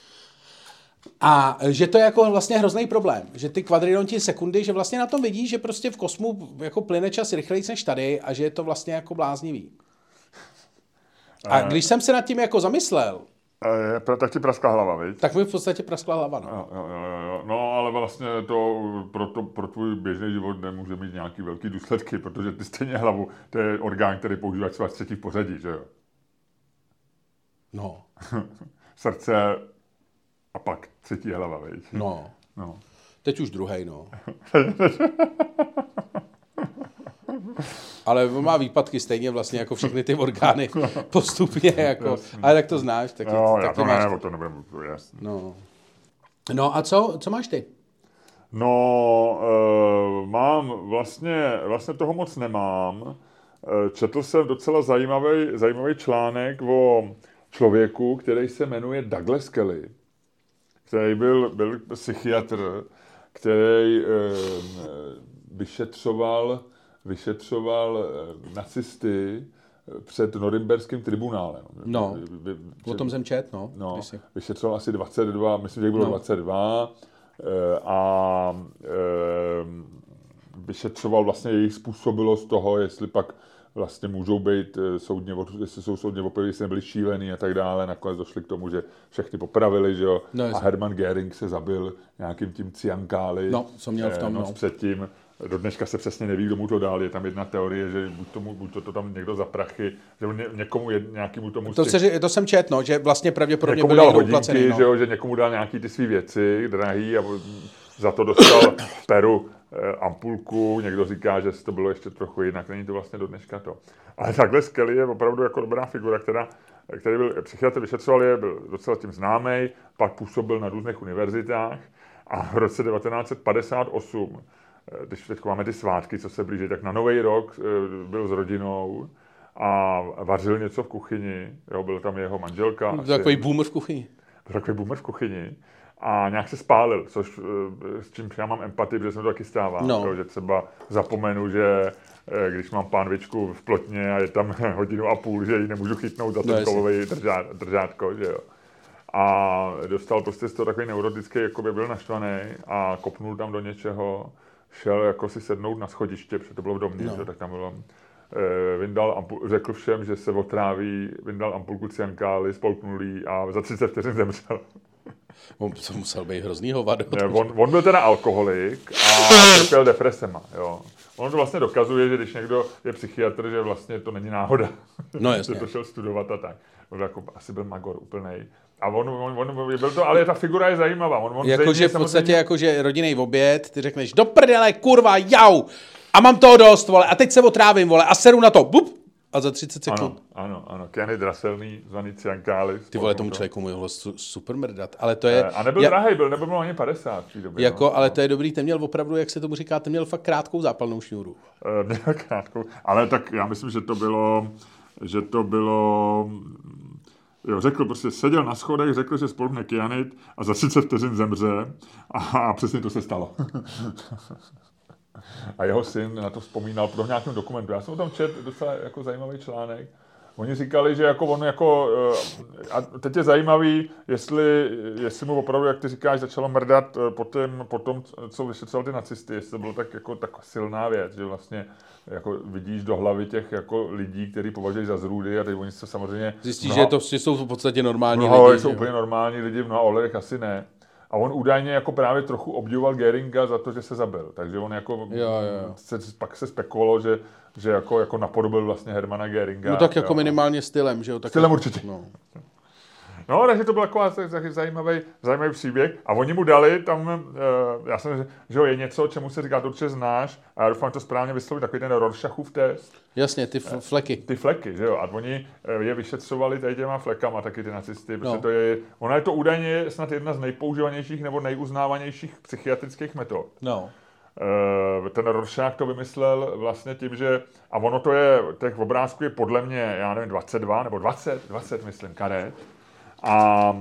[SPEAKER 2] A že to je jako vlastně hrozný problém, že ty kvadrilionty sekundy, že vlastně na tom vidíš, že prostě v kosmu jako plyne čas rychleji než tady a že je to vlastně jako bláznivý. A když jsem se nad tím jako zamyslel,
[SPEAKER 1] tak ti praskla hlava, viď?
[SPEAKER 2] Tak mi v podstatě praskla hlava, no.
[SPEAKER 1] Jo. No, ale vlastně to pro tvůj běžný život nemůže mít nějaký velký důsledky, protože ty stejně hlavu, to je orgán, který používáš třeba třetí v pořadí, že jo?
[SPEAKER 2] No.
[SPEAKER 1] Srdce a pak třetí hlava, viď?
[SPEAKER 2] No. Teď už druhej, no. Ale on má výpadky stejně vlastně jako všechny ty orgány postupně, jako, ale tak to znáš. Taky,
[SPEAKER 1] no,
[SPEAKER 2] taky
[SPEAKER 1] já to
[SPEAKER 2] máš...
[SPEAKER 1] ne, to nebudu jasný.
[SPEAKER 2] No a co máš ty?
[SPEAKER 1] No, mám vlastně toho moc nemám. Četl jsem docela zajímavý článek o člověku, který se jmenuje Douglas Kelly, který byl psychiatr, který vyšetřoval nacisty před Norimberským tribunálem.
[SPEAKER 2] No, o tom jsem čet, no.
[SPEAKER 1] Vyšetřoval asi 22, myslím, že bylo 22 a vyšetřoval vlastně jejich způsobilost toho, jestli pak vlastně můžou být jestli jsou soudně opět, jestli nebyli šílený a tak dále. Nakonec došli k tomu, že všechny popravili, že jo. No, a Hermann Göring se zabil nějakým tím cyankáli.
[SPEAKER 2] No, co měl v tom,
[SPEAKER 1] předtím. do dneška se přesně neví, kdo mu to dal. Je tam jedna teorie, že buď to tam někdo za prachy, že někomu nějakému tomu...
[SPEAKER 2] To jsem čet, no, že vlastně pravděpodobně
[SPEAKER 1] někomu
[SPEAKER 2] byl
[SPEAKER 1] dal
[SPEAKER 2] hodinky,
[SPEAKER 1] placený, no. že někomu dal nějaký ty svý věci drahý a za to dostal v Peru ampulku. Někdo říká, že to bylo ještě trochu jinak, není to vlastně do dneška to. Ale takhle Skelly je opravdu jako dobrá figura, který byl psychiatr, vyšetřoval je, byl docela tím známý, pak působil na různých univerzitách a v roce 1958, když teď máme ty svátky, co se blíží, tak na Nový rok byl s rodinou a vařil něco v kuchyni, jo, byl tam jeho manželka.
[SPEAKER 2] Takový boomer v kuchyni.
[SPEAKER 1] Takový boomer v kuchyni. A nějak se spálil, což s čím já mám empatii, protože se mi to taky stává. No. Že třeba zapomenu, že když mám pánvičku v plotně a je tam 1,5 hodiny, že ji nemůžu chytnout za ten kovový držátko, že jo. A dostal prostě z toho takový neurotický, jako by byl naštvaný a kopnul tam do něčeho, šel jako si sednout na schodiště, protože to bylo v domě, že, tak tam bylo. Řekl všem, že se otráví, vyndal ampulku cyankály, spolknul jí a za 30 vteřin zemřel.
[SPEAKER 2] On to musel být hrozný hovado.
[SPEAKER 1] On byl teda alkoholik a trpěl depresema. Jo. On to vlastně dokazuje, že když někdo je psychiatr, že vlastně to není náhoda.
[SPEAKER 2] No jasně.
[SPEAKER 1] Že to šel studovat a tak. On jako, asi byl magor úplnej. A on byl to, ale ta figura je zajímavá.
[SPEAKER 2] Jakože v podstatě jakože rodinný oběd, ty řekneš, do prdele, kurva, jau! A mám toho dost, vole, a teď se otrávím, vole, a seru na to, bup! A za 30 sekund.
[SPEAKER 1] Ano. Kyanid draselný, zvaný cyankály.
[SPEAKER 2] Ty vole, tomu člověku mohlo super mrdat, ale to je...
[SPEAKER 1] A nebyl drahej, nebyl ani 50 v té době.
[SPEAKER 2] Jako, ale to je dobrý, ten měl opravdu, jak se tomu říká, ten měl fakt krátkou zápalnou šňůru.
[SPEAKER 1] Měl krátkou, ale tak já myslím, že to bylo... Jo, řekl, prostě seděl na schodech, řekl, že spolkne kyanid a za 30 vteřin zemře a přesně to se stalo. A jeho syn na to vzpomínal pro nějakém dokumentu. Já jsem o tom četl docela jako zajímavý článek. Oni říkali, že jako on jako... A teď je zajímavý, jestli mu opravdu, jak ty říkáš, začalo mrdat po tom, co vyšetřoval ty nacisty, jestli to bylo tak silná věc, že vlastně jako vidíš do hlavy těch jako lidí, kteří považují za zrůdy a teď oni se samozřejmě...
[SPEAKER 2] Zjistíš, že to jsou v podstatě normální
[SPEAKER 1] lidi. Jsou úplně normální lidi, v mnoha ohledech asi ne. A on údajně jako právě trochu obdivoval Göringa za to, že se zabil. Takže on jako pak se spekulovalo, že jako napodobil vlastně Hermana Göringa.
[SPEAKER 2] No tak jako minimálně stylem, že jo?
[SPEAKER 1] Stylem určitě. No, takže to byl takový zajímavý příběh. A oni mu dali tam, já jsem, že je něco, čemu se říká, to určitě znáš, a já doufám, že to správně vysloví, takový ten Rorschachův test.
[SPEAKER 2] Jasně, ty fleky.
[SPEAKER 1] Ty fleky, že jo, a oni je vyšetřovali tady těma flekama, taky ty nacisty, protože ona je to údajně snad jedna z nejpoužívanějších nebo nejuznávanějších psychiatrických metod.
[SPEAKER 2] No.
[SPEAKER 1] Ten Rorschach to vymyslel vlastně tím, že, a ono to je, těch obrázků je podle mě, já nevím, 22 nebo 20 myslím, karet. A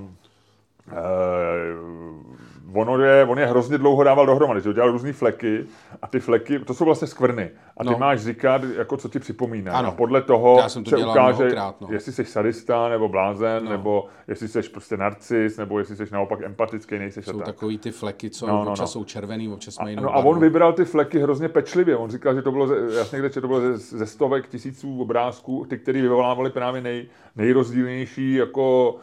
[SPEAKER 1] on je hrozně dlouho dával dohromady, že dělal různý fleky a ty fleky, to jsou vlastně skvrny a ty máš říkat, jako co ti připomíná.
[SPEAKER 2] Ano.
[SPEAKER 1] A podle toho se ukáže,
[SPEAKER 2] mnohokrát,
[SPEAKER 1] jestli jsi sadista nebo blázen, nebo jestli jsi prostě narcis, nebo jestli jsi naopak empatický, nejseš.
[SPEAKER 2] Jsou takový ty fleky, co občas jsou červený, občas mají jinou
[SPEAKER 1] barvu. A on vybral ty fleky hrozně pečlivě. On říkal, že to bylo, jasně kde, že to bylo ze stovek tisíců obrázků, ty, které vyvolávali právě nejrozdílnější jako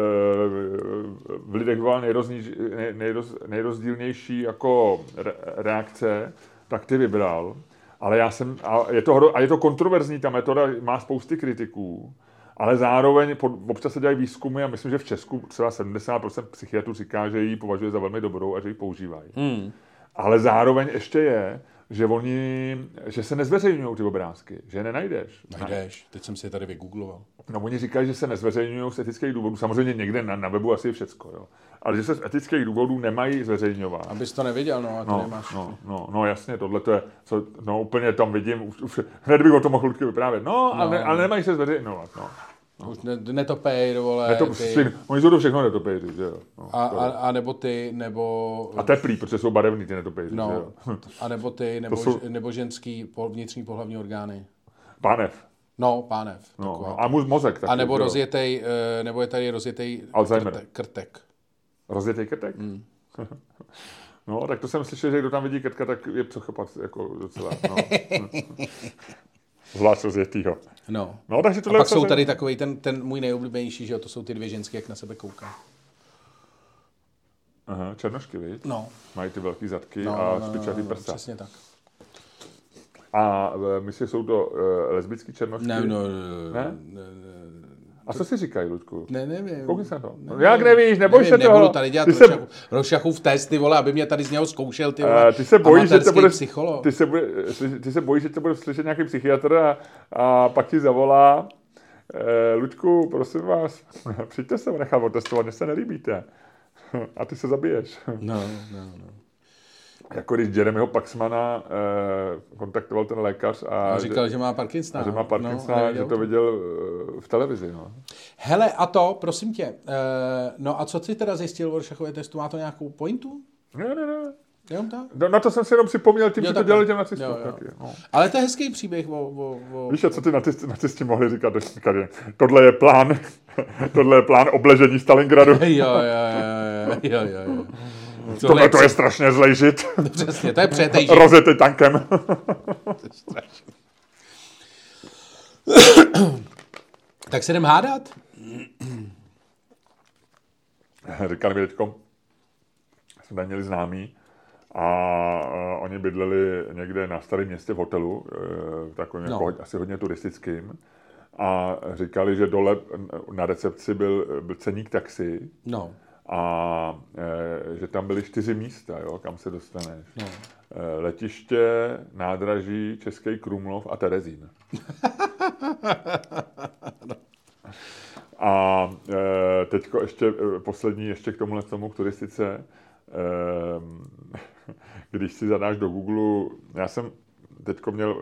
[SPEAKER 1] v lidech vyvolal nejrozdílnější jako reakce, tak ty vybral. Ale je to kontroverzní, ta metoda má spousty kritiků, ale zároveň občas se dělají výzkumy a myslím, že v Česku třeba 70% psychiatrů říká, že ji považuje za velmi dobrou a že ji používají. Ale zároveň ještě je, že se nezveřejňují ty obrázky, že je nenajdeš.
[SPEAKER 2] Najdeš, teď jsem si je tady vygoogloval.
[SPEAKER 1] No oni říkají, že se nezveřejňují z etických důvodů, samozřejmě někde na webu asi je všecko, jo. Ale že se z etických důvodů nemají zveřejňovat.
[SPEAKER 2] Abys to nevěděl, no, a to nemáš.
[SPEAKER 1] No, jasně, tohle to je, úplně tam vidím, už hned bych o tom mohl vyprávět, ale nemají se zveřejňovat, no.
[SPEAKER 2] Už netopej, vole.
[SPEAKER 1] Oni jsou to všechno netopejři, že jo.
[SPEAKER 2] A nebo ty, nebo...
[SPEAKER 1] A teplý, protože jsou barevný ty netopejři, že jo.
[SPEAKER 2] A nebo ty, nebo ženský vnitřní pohlavní orgány.
[SPEAKER 1] Pánev.
[SPEAKER 2] No, pánev.
[SPEAKER 1] A mozek taky.
[SPEAKER 2] A nebo rozjetej, nebo je tady rozjetej krtek.
[SPEAKER 1] Rozjetej krtek? No, tak to jsem slyšel, že kdo tam vidí krtka, tak je psychopat, jako docela, no. Zvlášť rozjetýho.
[SPEAKER 2] No,
[SPEAKER 1] takže
[SPEAKER 2] a pak jsou tady takový ten můj nejoblíbenější, že jo, to jsou ty dvě ženské, jak na sebe koukají.
[SPEAKER 1] Aha, černošky, viď?
[SPEAKER 2] No.
[SPEAKER 1] Mají ty velký zadky a špičatý prsa.
[SPEAKER 2] Přesně tak.
[SPEAKER 1] A myslíš, že jsou to lesbický černošky?
[SPEAKER 2] Ne?
[SPEAKER 1] A co si říkají, Luďku?
[SPEAKER 2] Nevím.
[SPEAKER 1] Koukni se na to. Jak nevíš, neboj se toho.
[SPEAKER 2] Nebudu tady dělat Rorschachův test, ty vole, aby mě tady z něho zkoušel, ty vole,
[SPEAKER 1] ty se bojíš, že to bude
[SPEAKER 2] psycholog.
[SPEAKER 1] Ty se bojíš, že to bude slyšet nějaký psychiatr a pak ti zavolá. Luďku, prosím vás, přijďte se nechat otestovat, mně se nelíbíte. A ty se zabiješ.
[SPEAKER 2] No.
[SPEAKER 1] Jako když Jeremyho Paxmana kontaktoval ten lékař a
[SPEAKER 2] říkal, že má Parkinsona.
[SPEAKER 1] A že má Parkinsona, že to viděl v televizi. No.
[SPEAKER 2] Hele, a to, prosím tě, no a co jsi teda zjistil o Rorschachově testu? Má to nějakou pointu?
[SPEAKER 1] Ne.
[SPEAKER 2] Jenom tak?
[SPEAKER 1] No, na to jsem si jenom připomněl tím, že to dělali těm nacistům. No.
[SPEAKER 2] Ale to je hezký příběh
[SPEAKER 1] Víš, a co ty nacisti mohli říkat? Tohle je plán obležení Stalingradu.
[SPEAKER 2] Jo.
[SPEAKER 1] To je strašně zlej žid.
[SPEAKER 2] Přesně, to je přetej žid.
[SPEAKER 1] Rozjetý tankem.
[SPEAKER 2] Tak se jdem hádat?
[SPEAKER 1] Říkali mi teďko, jsme tady měli známí a oni bydleli někde na Starém Městě v hotelu, takovým jako asi hodně turistickým. A říkali, že dole na recepci byl ceník taxi.
[SPEAKER 2] No.
[SPEAKER 1] A že tam byly 4 místa, jo, kam se dostaneš. No. Letiště, nádraží, Český Krumlov a Terezín. A teďko ještě poslední, ještě k tomuhle k turistice. Když si zadáš do Google, já jsem teďko měl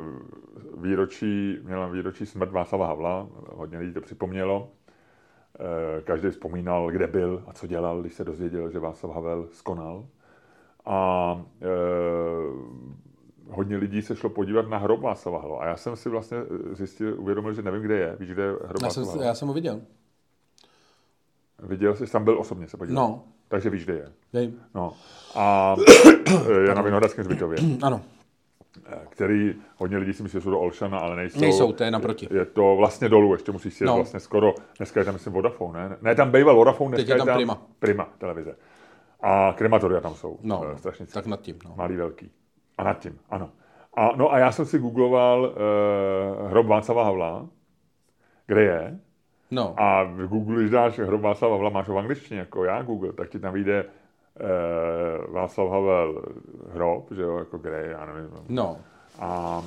[SPEAKER 1] výročí smrt Václava Havla, hodně lidí to připomnělo. Každý vzpomínal, kde byl a co dělal, když se dozvěděl, že Václav Havel skonal. A hodně lidí se šlo podívat na hrob Václava Havla. A já jsem si vlastně uvědomil, že nevím, kde je. Víš, kde je hrob Václava Havla?
[SPEAKER 2] Já jsem ho viděl.
[SPEAKER 1] Viděl jsi, tam byl osobně se podívat.
[SPEAKER 2] No.
[SPEAKER 1] Takže víš, kde je.
[SPEAKER 2] Vím.
[SPEAKER 1] No. A je na Vinohradském hřbitově.
[SPEAKER 2] Ano.
[SPEAKER 1] Který hodně lidí si myslí, že jsou do Olšana, ale nejsou.
[SPEAKER 2] Nejsou, to je naproti.
[SPEAKER 1] Je to vlastně dolů, ještě musíš si jet vlastně skoro, dneska je tam myslím Vodafone, ne? Ne, tam býval Vodafone, dneska
[SPEAKER 2] teď je tam
[SPEAKER 1] Prima televize. A krematoria tam jsou.
[SPEAKER 2] No, tak nad tím. No.
[SPEAKER 1] Malý, velký. A nad tím, ano. A já jsem si googloval hrob Václava Havla, kde je.
[SPEAKER 2] No.
[SPEAKER 1] A v Google, když dáš hrob Václava Havla, máš ho v angličtině, jako já Google, tak ti tam vyjde Václav Havel hrob, že jo, jako kde je, já nevím.
[SPEAKER 2] No.
[SPEAKER 1] A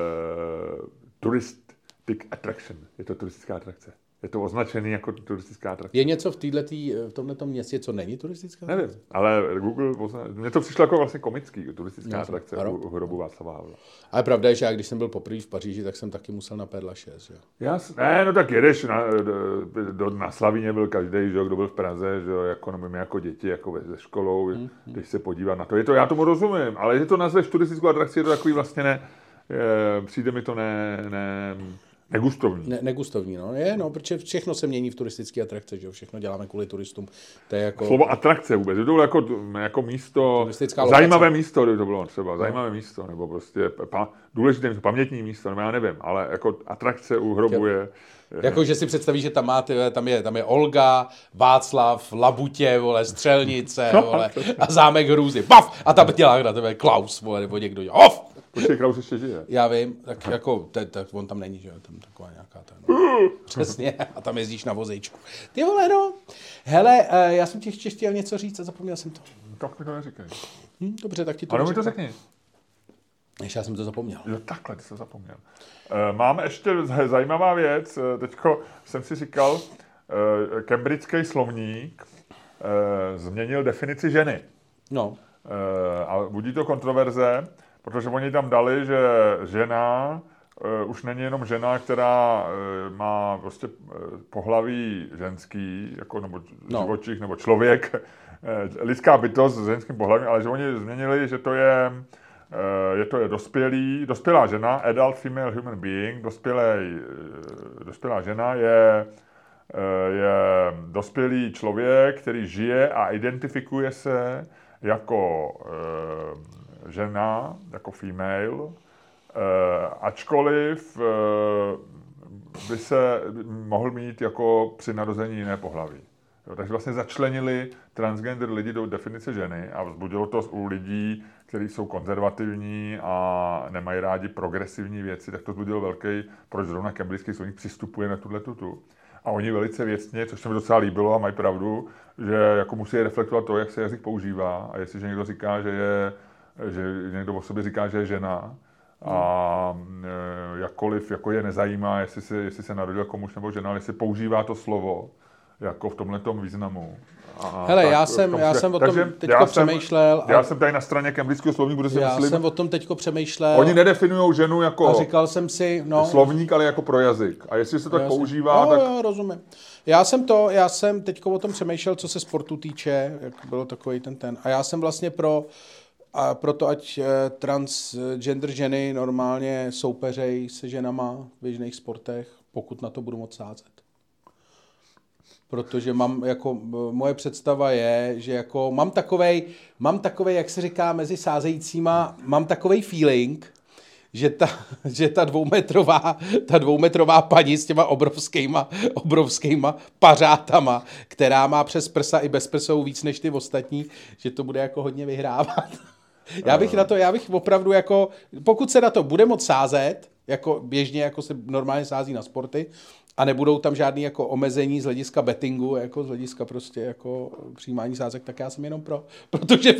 [SPEAKER 1] touristic attraction, je to turistická atrakce. Je to označený jako turistická atrakce.
[SPEAKER 2] Je něco v tomto městě, co není turistická atrakce?
[SPEAKER 1] Nevím, ale Google, mně to přišlo jako vlastně komický, turistická atrakce u hrobu Václava Havla.
[SPEAKER 2] Ale pravda je, že já když jsem byl poprvé v Paříži, tak jsem taky musel na Perla 6, jo.
[SPEAKER 1] Ne, no tak jedeš, na Slavíně byl každý, že kdo byl v Praze, že jako nevím, jako děti, jako ze školou, když se podívat na to. Já tomu rozumím, ale že to nazveš turistickou atrakci, je to takový vlastně přijde mi to negustovní.
[SPEAKER 2] Negustovní, no. Protože všechno se mění v turistické atrakce, že jo, všechno děláme kvůli turistům. To je jako...
[SPEAKER 1] Slovo atrakce vůbec, to bylo jako místo, zajímavé místo, kdyby to bylo třeba, zajímavé místo, nebo prostě důležité místo, pamětní místo, nebo já nevím, ale jako atrakce u hrobu je...
[SPEAKER 2] Jako, že si představíš, že tam je Olga, Václav, Labutě, vole, Střelnice, vole, a zámek Hrůzy, paf, a tam dělá na tebe Klaus, vole, nebo někdo dělá, off!
[SPEAKER 1] Počkej, Klaus ještě žije.
[SPEAKER 2] Já vím, tak jako, tak on tam není, že jo, tam taková nějaká přesně, a tam jezdíš na vozejčku. Ty vole, no. Hele, já jsem ti ještě chtěl něco říct a zapomněl jsem to.
[SPEAKER 1] Tak mi to neříkej.
[SPEAKER 2] Dobře, tak ti to
[SPEAKER 1] ano, mi to řekni.
[SPEAKER 2] Ještě já jsem to zapomněl.
[SPEAKER 1] Jo, takhle, ty jsi to zapomněl. Máme ještě zajímavá věc. Teďko jsem si říkal, cambridgeský slovník změnil definici ženy.
[SPEAKER 2] No.
[SPEAKER 1] A budí to kontroverze, protože oni tam dali, že žena už není jenom žena, která má prostě pohlaví ženský, jako, nebo živočich, nebo člověk, lidská bytost s ženským pohlavím, ale že oni změnili, že to je dospělá žena, adult female human being, dospělá žena je dospělý člověk, který žije a identifikuje se jako žena, jako female, ačkoliv by se mohl mít jako při narození jiné pohlaví. Jo, takže vlastně začlenili transgender lidi do definice ženy a vzbudilo to u lidí, kteří jsou konzervativní a nemají rádi progresivní věci, tak to vzbudilo velký, proč zrovna cambridgeský slovník přistupuje na tuto. A oni velice věcně, což se mi docela líbilo a mají pravdu, že jako musí reflektovat to, jak se jazyk používá a jestliže někdo říká, že někdo o sobě říká, že je žena a jakkoliv jako je nezajímá, jestli se narodil jako muž nebo žena, ale jestli používá to slovo jako v tomhletom významu.
[SPEAKER 2] Hele, já jsem o tom teďko přemýšlel.
[SPEAKER 1] Já jsem tady na straně cambridgeského slovníku, kde si myslím...
[SPEAKER 2] Já jsem o tom teďko přemýšlel.
[SPEAKER 1] Oni nedefinujou ženu jako
[SPEAKER 2] a říkal jsem si,
[SPEAKER 1] slovník, ale jako pro jazyk. A jestli se tak používá, tak...
[SPEAKER 2] Jo, rozumím. Já jsem teďko o tom přemýšlel, co se sportu týče, jak bylo takový ten. A já jsem vlastně pro to, ať transgender ženy normálně soupeřej se ženama v běžných sportech, pokud na to budu moc sázet. Protože moje představa je, že jako mám takovej, jak se říká mezi sázejícíma, mám takovej feeling, že ta dvoumetrová paní s těma obrovskýma pařátama, která má přes prsa i bez prsou víc než ty ostatní, že to bude jako hodně vyhrávat. Já bych opravdu jako, pokud se na to bude moc sázet, jako běžně jako se normálně sází na sporty, a nebudou tam žádný jako omezení z hlediska bettingu, jako z hlediska prostě jako přijímání sázek, tak já jsem jenom protože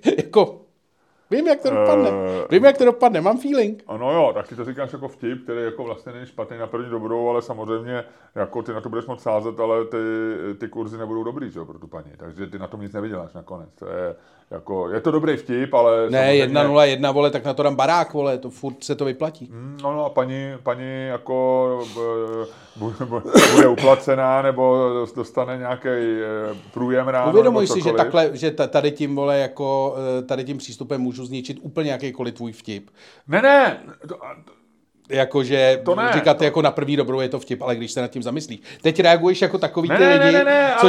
[SPEAKER 2] vím, jak to dopadne, mám feeling.
[SPEAKER 1] No jo, tak ty to říkáš jako vtip, který jako vlastně není špatný na první dobrou, ale samozřejmě jako ty na to budeš moc sázet, ale ty kurzy nebudou dobrý, že jo, pro tu paní, takže ty na tom nic nevyděláš nakonec. Je to dobrý vtip, ale...
[SPEAKER 2] Ne, 1-0-1, vole, tak na to dám barák, vole, to furt se to vyplatí.
[SPEAKER 1] No a paní jako bude uplacená, nebo dostane nějaký průjem ráno.
[SPEAKER 2] Uvědomuj si, že takhle, že tady tím, vole, jako tady tím přístupem můžu zničit úplně jakýkoliv tvůj vtip.
[SPEAKER 1] Ne.
[SPEAKER 2] Jakože říkat jako na první dobrou je to vtip, ale když se nad tím zamyslíš. Teď reaguješ jako takový ty lidi,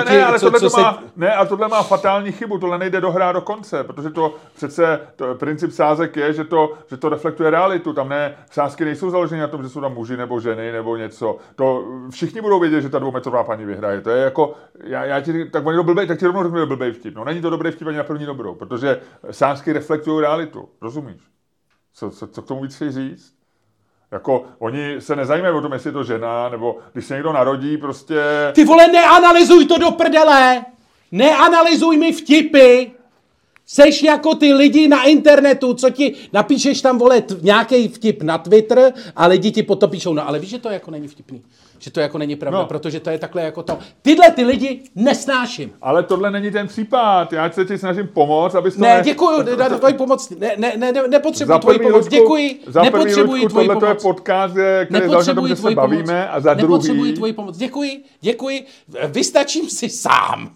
[SPEAKER 1] ale tohle má fatální chybu, tohle nejde dohrát do konce, protože to přece princip sázek je, že to reflektuje realitu, tam sázky nejsou založeny na tom, že jsou tam muži nebo ženy nebo něco. To všichni budou vědět, že ta dvoumetrová paní vyhraje. To je jako, tak ti rovnou řeknu, že blbej vtip. No není to dobrý vtip ani na první dobrou, protože sázky reflektují realitu, rozumíš? Co k tomu víc chceš říct? Jako, oni se nezajímají o tom, jestli je to žena, nebo když se někdo narodí, prostě...
[SPEAKER 2] Ty vole, neanalyzuj to do prdele! Neanalyzuj mi vtipy! Seš jako ty lidi na internetu, co ti napíšeš tam, vole, nějaký vtip na Twitter a lidi ti potom píšou, no ale víš, že to jako není vtipný. Že to jako není pravda, protože to je takhle jako to. Tyhle ty lidi nesnáším.
[SPEAKER 1] Ale tohle není ten případ. Já se ti snažím pomoct, abys to...
[SPEAKER 2] Děkuju, na tvoji pomoc. Nepotřebuji tvoji pomoc. Děkuji. Nepotřebuji tvoji pomoc.
[SPEAKER 1] Tohle je podcast, který záleží na tom, že se bavíme a za druhý...
[SPEAKER 2] Nepotřebuji tvoji pomoc. Děkuji. Vystačím si sám.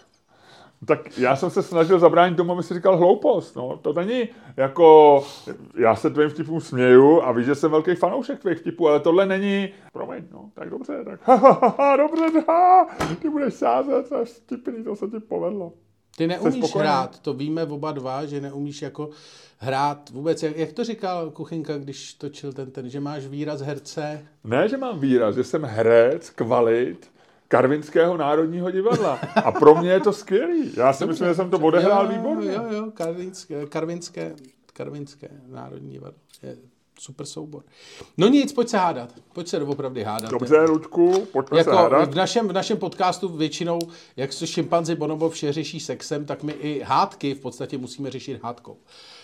[SPEAKER 1] Tak já jsem se snažil zabránit tomu, aby si říkal hloupost. No. To není jako, já se tvým vtipům směju a víš, že jsem velký fanoušek tvých vtipů, ale tohle není, promiň, no, tak dobře, tak dobře, ty budeš sázet a vtipný, to se ti povedlo.
[SPEAKER 2] Ty neumíš hrát, to víme oba dva, že neumíš jako hrát vůbec. Jak to říkal Kuchyňka, když točil ten, že máš výraz herce?
[SPEAKER 1] Ne, že mám výraz, že jsem herec, kvalit, Karvinského národního divadla. A pro mě je to skvělý. Já si myslím, že jsem to odehrál výborně.
[SPEAKER 2] Jo, Karvinské národní divadlo. Je super soubor. No nic, pojď se hádat. Pojď se doopravdy hádat.
[SPEAKER 1] Dobře, Luďku, pojďme se hádat.
[SPEAKER 2] V našem podcastu většinou, jak se šimpanzi bonobo vše řeší sexem, tak my i hádky v podstatě musíme řešit hádkou.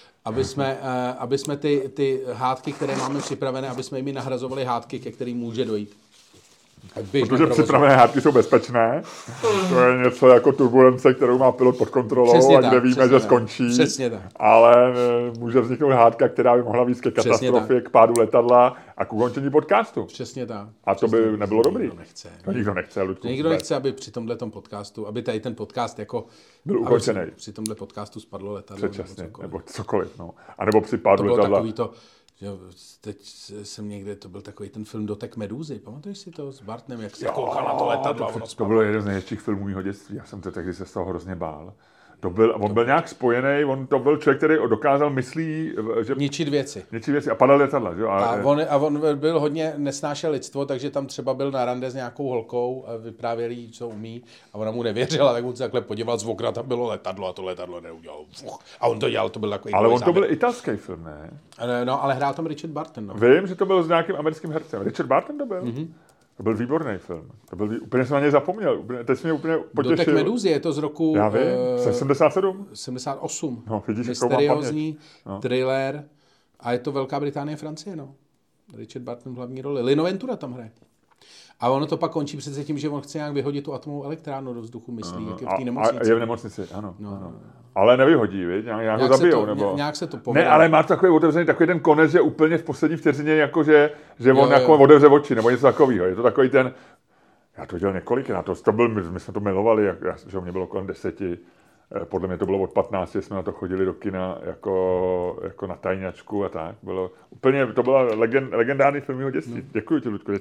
[SPEAKER 2] Aby jsme ty hádky, které máme připravené, aby jsme jimi nahrazovali hádky, ke kterým může dojít.
[SPEAKER 1] Protože připravené hádky jsou bezpečné. To je něco jako turbulence, kterou má pilot pod kontrolou přesně a kde víme, že skončí.
[SPEAKER 2] Přesně tak.
[SPEAKER 1] Ale může vzniknout hádka, která by mohla vést ke katastrofě, k pádu letadla a k ukončení podcastu.
[SPEAKER 2] Přesně tak.
[SPEAKER 1] A to by nebylo dobrý.
[SPEAKER 2] Nikdo nechce, Luďku. Nikdo nechce, aby při tomhletom podcastu, aby tady ten podcast jako
[SPEAKER 1] byl ukončený.
[SPEAKER 2] Při tomhle podcastu spadlo letadlo.
[SPEAKER 1] Předčasně, nebo cokoliv. No. A nebo při pádu letadla.
[SPEAKER 2] Teď jsem někde, to byl takový ten film Dotek medúzy. Pamatuješ si to s Bartnem, jak se koukal na to letadlo?
[SPEAKER 1] To bylo jeden z nejhezčích filmů mýho dětství. Já jsem to tehdy se z toho hrozně bál. On byl nějak spojený, to byl člověk, který dokázal myslí, že...
[SPEAKER 2] Ničit věci.
[SPEAKER 1] A padal letadla, že jo?
[SPEAKER 2] A on byl hodně nesnášel lidstvo, takže tam třeba byl na rande s nějakou holkou a vyprávěl jí, co umí a ona mu nevěřila, tak on se takhle podíval z okna, tam bylo letadlo a to letadlo neudělal. A on to dělal, to byl takový...
[SPEAKER 1] Ale on to byl italský film, ne?
[SPEAKER 2] No, ale hrál tam Richard Burton, no.
[SPEAKER 1] Vím, že to byl s nějakým americkým hercem. Richard Burton to byl? Mm-hmm. To byl výborný film. Úplně jsem na něj zapomněl. Teď mě úplně potěšil.
[SPEAKER 2] Dotek Meduzy, je to z roku...
[SPEAKER 1] Já vím, 77?
[SPEAKER 2] 78.
[SPEAKER 1] No, vidíš,
[SPEAKER 2] mysteriózní thriller. A je to Velká Británie, Francie, no. Richard Burton v hlavní roli. Lino Ventura tam hraje. A ono to pak končí přece tím, že on chce nějak vyhodit tu atomovou elektrárnu do vzduchu, myslí, jak je v té nemocnici.
[SPEAKER 1] A je v nemocnici, ano. No. Ale nevyhodí, viď? Nějak ho zabijou, nebo...
[SPEAKER 2] Nějak se to povede.
[SPEAKER 1] Ne, ale má to takový otevřený, takový ten konec, že úplně v poslední vteřině, jako že on jako otevře oči, nebo něco takového. Je to takový ten... Já to dělal několikrát, my jsme to milovali, že mě bylo kolem 10. Podle mě to bylo od 15, jsme na to chodili do kina jako na tajňačku a tak. To byla legendární film mého dětství. Děkuji ti, Ludku.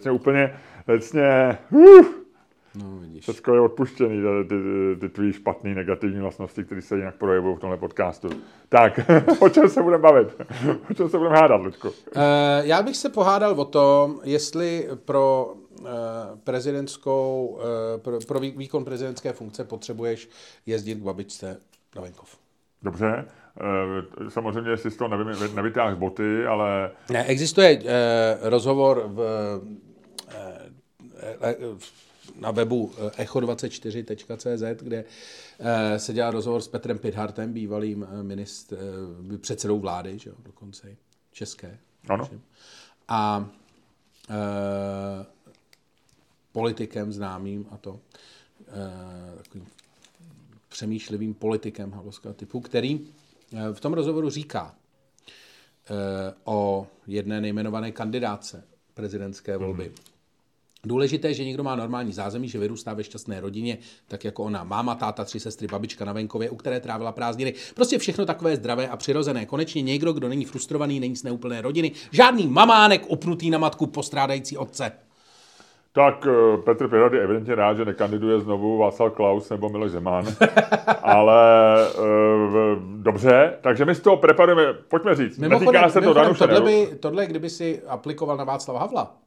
[SPEAKER 2] No, vidíš.
[SPEAKER 1] Všechno je odpuštěný, ty tvý špatný negativní vlastnosti, které se jinak projevují v tomhle podcastu. Tak, o čem se budeme bavit? O čem se budeme hádat, Ludku?
[SPEAKER 2] Já bych se pohádal o tom, jestli pro pro výkon prezidentské funkce potřebuješ jezdit k babičce na venkov.
[SPEAKER 1] Dobře, samozřejmě, jestli z toho nevytáhl boty, ale...
[SPEAKER 2] Ne, existuje rozhovor na webu echo24.cz, kde se dělá rozhovor s Petrem Pithardtem, bývalým předsedou vlády, že jo, dokonce české.
[SPEAKER 1] Ano.
[SPEAKER 2] A politikem známým a to takovým přemýšlivým politikem havlovského typu, který v tom rozhovoru říká o jedné nejmenované kandidátce prezidentské volby. Důležité je, že někdo má normální zázemí, že vyrůstá ve šťastné rodině, tak jako ona. Máma, táta, 3 sestry, babička na venkově, u které trávila prázdniny. Prostě všechno takové zdravé a přirozené. Konečně někdo, kdo není frustrovaný, není z neúplné rodiny. Žádný mamánek upnutý na matku postrádající otce.
[SPEAKER 1] Tak Petr Pirot je evidentně rád, že nekandiduje znovu Václav Klaus nebo Miloš Zeman. Ale dobře, takže my z toho preparujeme, pojďme říct. Netýká se to Danuše
[SPEAKER 2] tohle, kdyby si aplikoval na Václava Havla,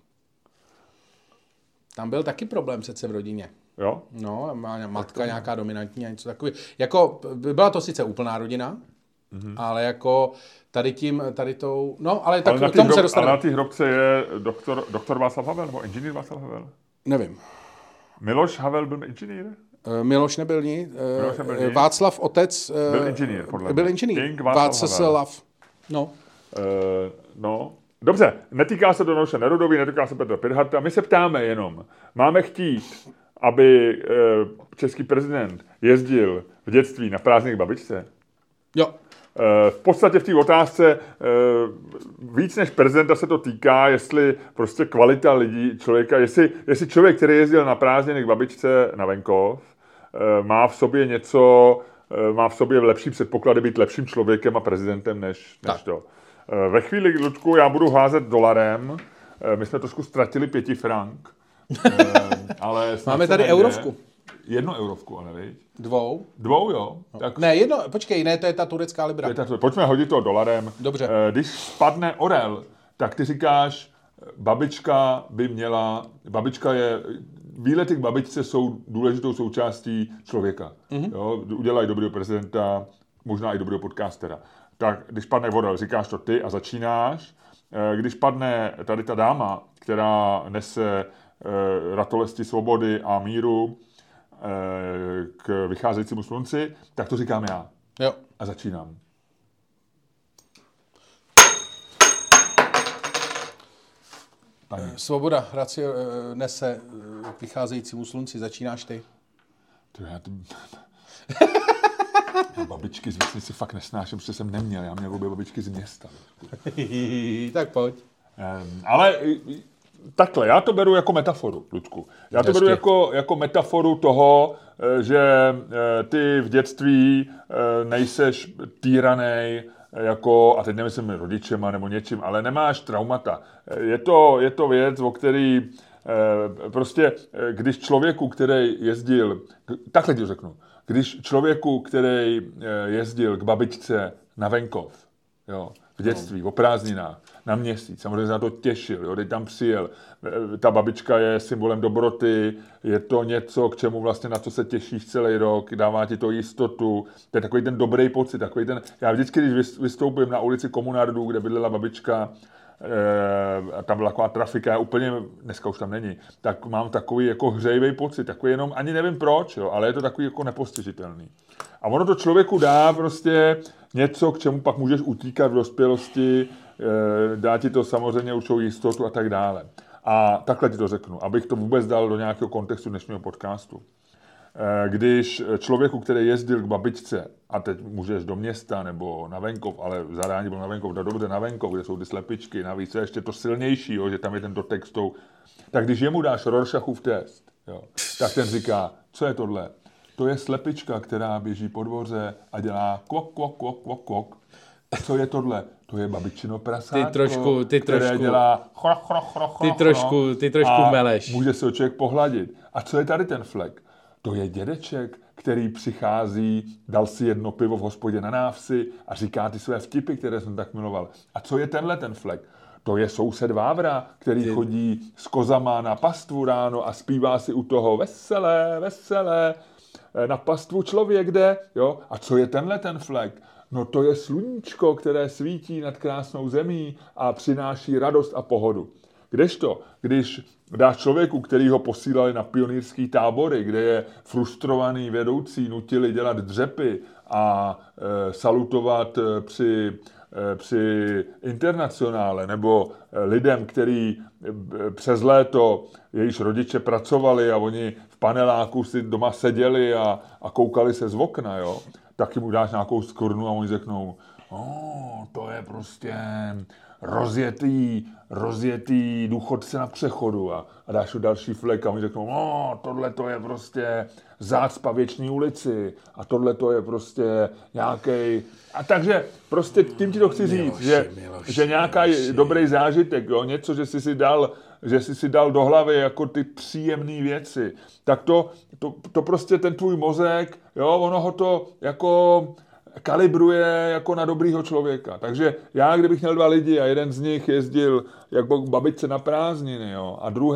[SPEAKER 2] tam byl taky problém přece v rodině.
[SPEAKER 1] Jo?
[SPEAKER 2] No, má matka nějaká dominantní a něco takový. Jako, byla to sice úplná rodina, ale jako tady tou... No, ale tak k tomu se dostaneme.
[SPEAKER 1] Ale na té hrobce je doktor Václav Havel, nebo inženýr Václav Havel?
[SPEAKER 2] Nevím.
[SPEAKER 1] Miloš Havel byl inženýr?
[SPEAKER 2] Miloš nebyl nic. Václav otec...
[SPEAKER 1] byl inženýr, podle mě.
[SPEAKER 2] Byl inženýr. Václav. No.
[SPEAKER 1] No. Dobře, netýká se Danuše Nerudový, netýká se Petra Pithardta. My se ptáme jenom, máme chtít, aby český prezident jezdil v dětství na prázdniny k babičce?
[SPEAKER 2] Jo.
[SPEAKER 1] V podstatě v té otázce víc než prezidenta se to týká, jestli prostě kvalita lidí, člověka, jestli člověk, který jezdil na prázdniny k babičce na venkov, má v sobě něco, má v sobě lepší předpoklady být lepším člověkem a prezidentem než to. Ve chvíli, Ludku, já budu házet dolarem, my jsme trošku ztratili 5 frank, ale
[SPEAKER 2] máme tady eurovku.
[SPEAKER 1] 1 eurovku, ale viď?
[SPEAKER 2] 2,
[SPEAKER 1] jo.
[SPEAKER 2] No. Tak... Ne, 1, počkej, ne, to je ta turecká libra.
[SPEAKER 1] Pojďme hodit to dolarem.
[SPEAKER 2] Dobře.
[SPEAKER 1] Když spadne orel, tak ty říkáš, výlety k babičce jsou důležitou součástí člověka. Jo? Udělají dobrýho prezidenta, možná i dobrýho podcastera. Tak když padne orel, říkáš to ty a začínáš. Když padne tady ta dáma, která nese ratolesti svobody a míru k vycházejícímu slunci, tak to říkám já.
[SPEAKER 2] Jo.
[SPEAKER 1] A začínám.
[SPEAKER 2] Svoboda nese k vycházejícímu slunci. Začínáš ty.
[SPEAKER 1] Babičky z vesnice fakt nesnáším, protože jsem neměl. Já měl obě babičky z města.
[SPEAKER 2] Tak pojď.
[SPEAKER 1] Ale takhle, já to beru jako metaforu, Ludku. Já to beru jako metaforu toho, že ty v dětství nejseš týranej, jako, a teď nemyslím rodičema nebo něčím, ale nemáš traumata. Je to věc, o který prostě, když člověku, který jezdil, takhle ti řeknu, když člověku, který jezdil k babičce na venkov, jo, v dětství, o prázdninách, na měsíc, samozřejmě se na to těšil, jo, teď tam přijel, ta babička je symbolem dobroty, je to něco, k čemu vlastně na co se těšíš celý rok, dává ti to jistotu, to je takový ten dobrý pocit, takový ten, já vždycky, když vystoupím na ulici Komunardů, kde bydlela babička, tam byla taková trafika, úplně, dneska už tam není, tak mám takový jako hřejivý pocit, takový jenom, ani nevím proč, jo, ale je to takový jako nepostižitelný. A ono to člověku dá prostě něco, k čemu pak můžeš utíkat v dospělosti, dá ti to samozřejmě určitou jistotu a tak dále. A takhle ti to řeknu, abych to vůbec dal do nějakého kontextu dnešního podcastu. Když člověku, který jezdil k babičce, a teď můžeš do města nebo na venkov, ale zadání byl na venkov, dobře na venkov, kde jsou ty slepičky, navíc je ještě to silnější, jo, že tam je ten dotek s tou, tak když jemu dáš Rorschachův test, jo, tak ten říká, co je tohle? To je slepička, která běží po dvoře a dělá kvok, kvok, kvok, kvok, kvok. Co je tohle? To je babičino prasátko, které dělá
[SPEAKER 2] ty trošku meleš.
[SPEAKER 1] Může se ho člověk pohladit. A co je tady ten flek? To je dědeček, který přichází, dal si jedno pivo v hospodě na návsi a říká ty své vtipy, které jsem tak miloval. A co je tenhle ten flek? To je soused Vávra, který chodí s kozama na pastvu ráno a zpívá si u toho veselé, veselé, na pastvu člověk jde, jo? A co je tenhle ten flek? No to je sluníčko, které svítí nad krásnou zemí a přináší radost a pohodu. Kdežto, když dáš člověku, který ho posílali na pionýrský tábory, kde je frustrovaný vedoucí, nutili dělat dřepy a salutovat při internacionále, nebo lidem, který přes léto, jejíž rodiče pracovali a oni v paneláku si doma seděli a koukali se z okna, jo, tak jim dáš nějakou skrnu a oni řeknou, to je prostě rozjetý důchodce na přechodu a dáš další flek a oni řeknou, tohle to je prostě zácpa Věčné ulici a tohle to je prostě nějaký. A takže prostě tím ti to chci říct, že nějaký dobrý zážitek, jo, něco, že jsi si dal do hlavy jako ty příjemné věci, tak to prostě ten tvůj mozek, jo, ono ho to jako kalibruje jako na dobrýho člověka. Takže já, kdybych měl 2 lidi a jeden z nich jezdil jako k babičce na prázdniny, jo,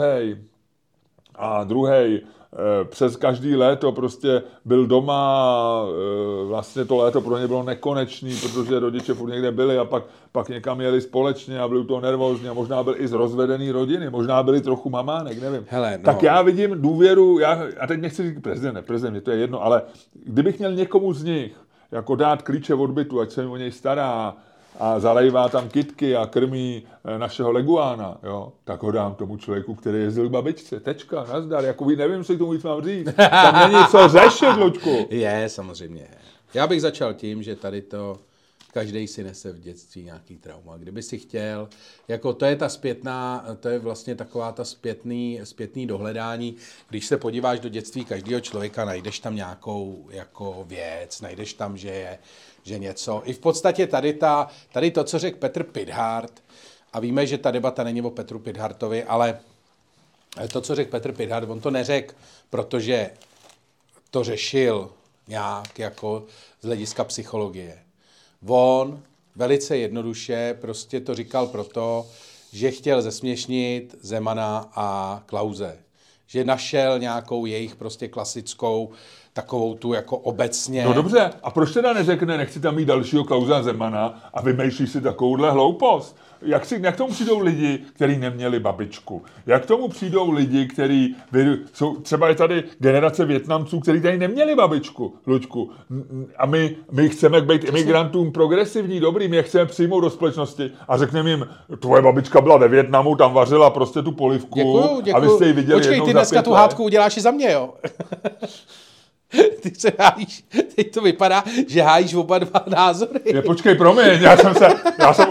[SPEAKER 1] a druhej přes každý léto prostě byl doma, vlastně to léto pro ně bylo nekonečný, protože rodiče furt někde byli a pak někam jeli společně a byli u toho nervózní a možná byl i z rozvedený rodiny, možná byli trochu mamánek, nevím.
[SPEAKER 2] Hele, no.
[SPEAKER 1] Tak já vidím důvěru, a teď nechci říct prezident, to je jedno, ale kdybych měl někomu z nich jako dát klíče od bytu, ať se mi o něj stará a zalejvá tam kytky a krmí našeho leguána, jo, tak ho dám tomu člověku, který jezdil k babičce. Tečka, nazdar, jako nevím, co k tomu víc mám říct. Tam není co řešit, Luďku.
[SPEAKER 2] Je, samozřejmě. Já bych začal tím, že tady to každej si nese v dětství nějaký trauma. Kdyby si chtěl, jako to je ta zpětná, to je vlastně taková ta zpětný dohledání. Když se podíváš do dětství každého člověka, najdeš tam nějakou jako věc, najdeš tam, že něco. I v podstatě tady to, co řekl Petr Pithart, a víme, že ta debata není o Petru Pithartovi, ale to, co řekl Petr Pithart, on to neřekl, protože to řešil nějak jako z hlediska psychologie. On velice jednoduše prostě to říkal proto, že chtěl zesměšnit Zemana a Klause. Že našel nějakou jejich prostě klasickou takovou tu jako obecně.
[SPEAKER 1] No dobře, a proč teda neřekne, nechci tam mít dalšího Klause a Zemana a vymýšlí si takovouhle hloupost? Jak k tomu přijdou lidi, kteří neměli babičku? Jak k tomu přijdou lidi, kteří jsou, třeba je tady generace Vietnamců, kteří tady neměli babičku, Luďku. A my chceme být imigrantům progresivní, dobrý, my je chceme přijmout do společnosti a řekneme jim, tvoje babička byla ve Vietnamu, tam vařila prostě tu polivku.
[SPEAKER 2] Děkuju.
[SPEAKER 1] A vy jste ji viděli.
[SPEAKER 2] Počkej, ty dneska tu hádku uděláš i za mě, jo? Ty se hájíš, teď to vypadá, že hájíš oba dva názory.
[SPEAKER 1] Počkej, promiň, já jsem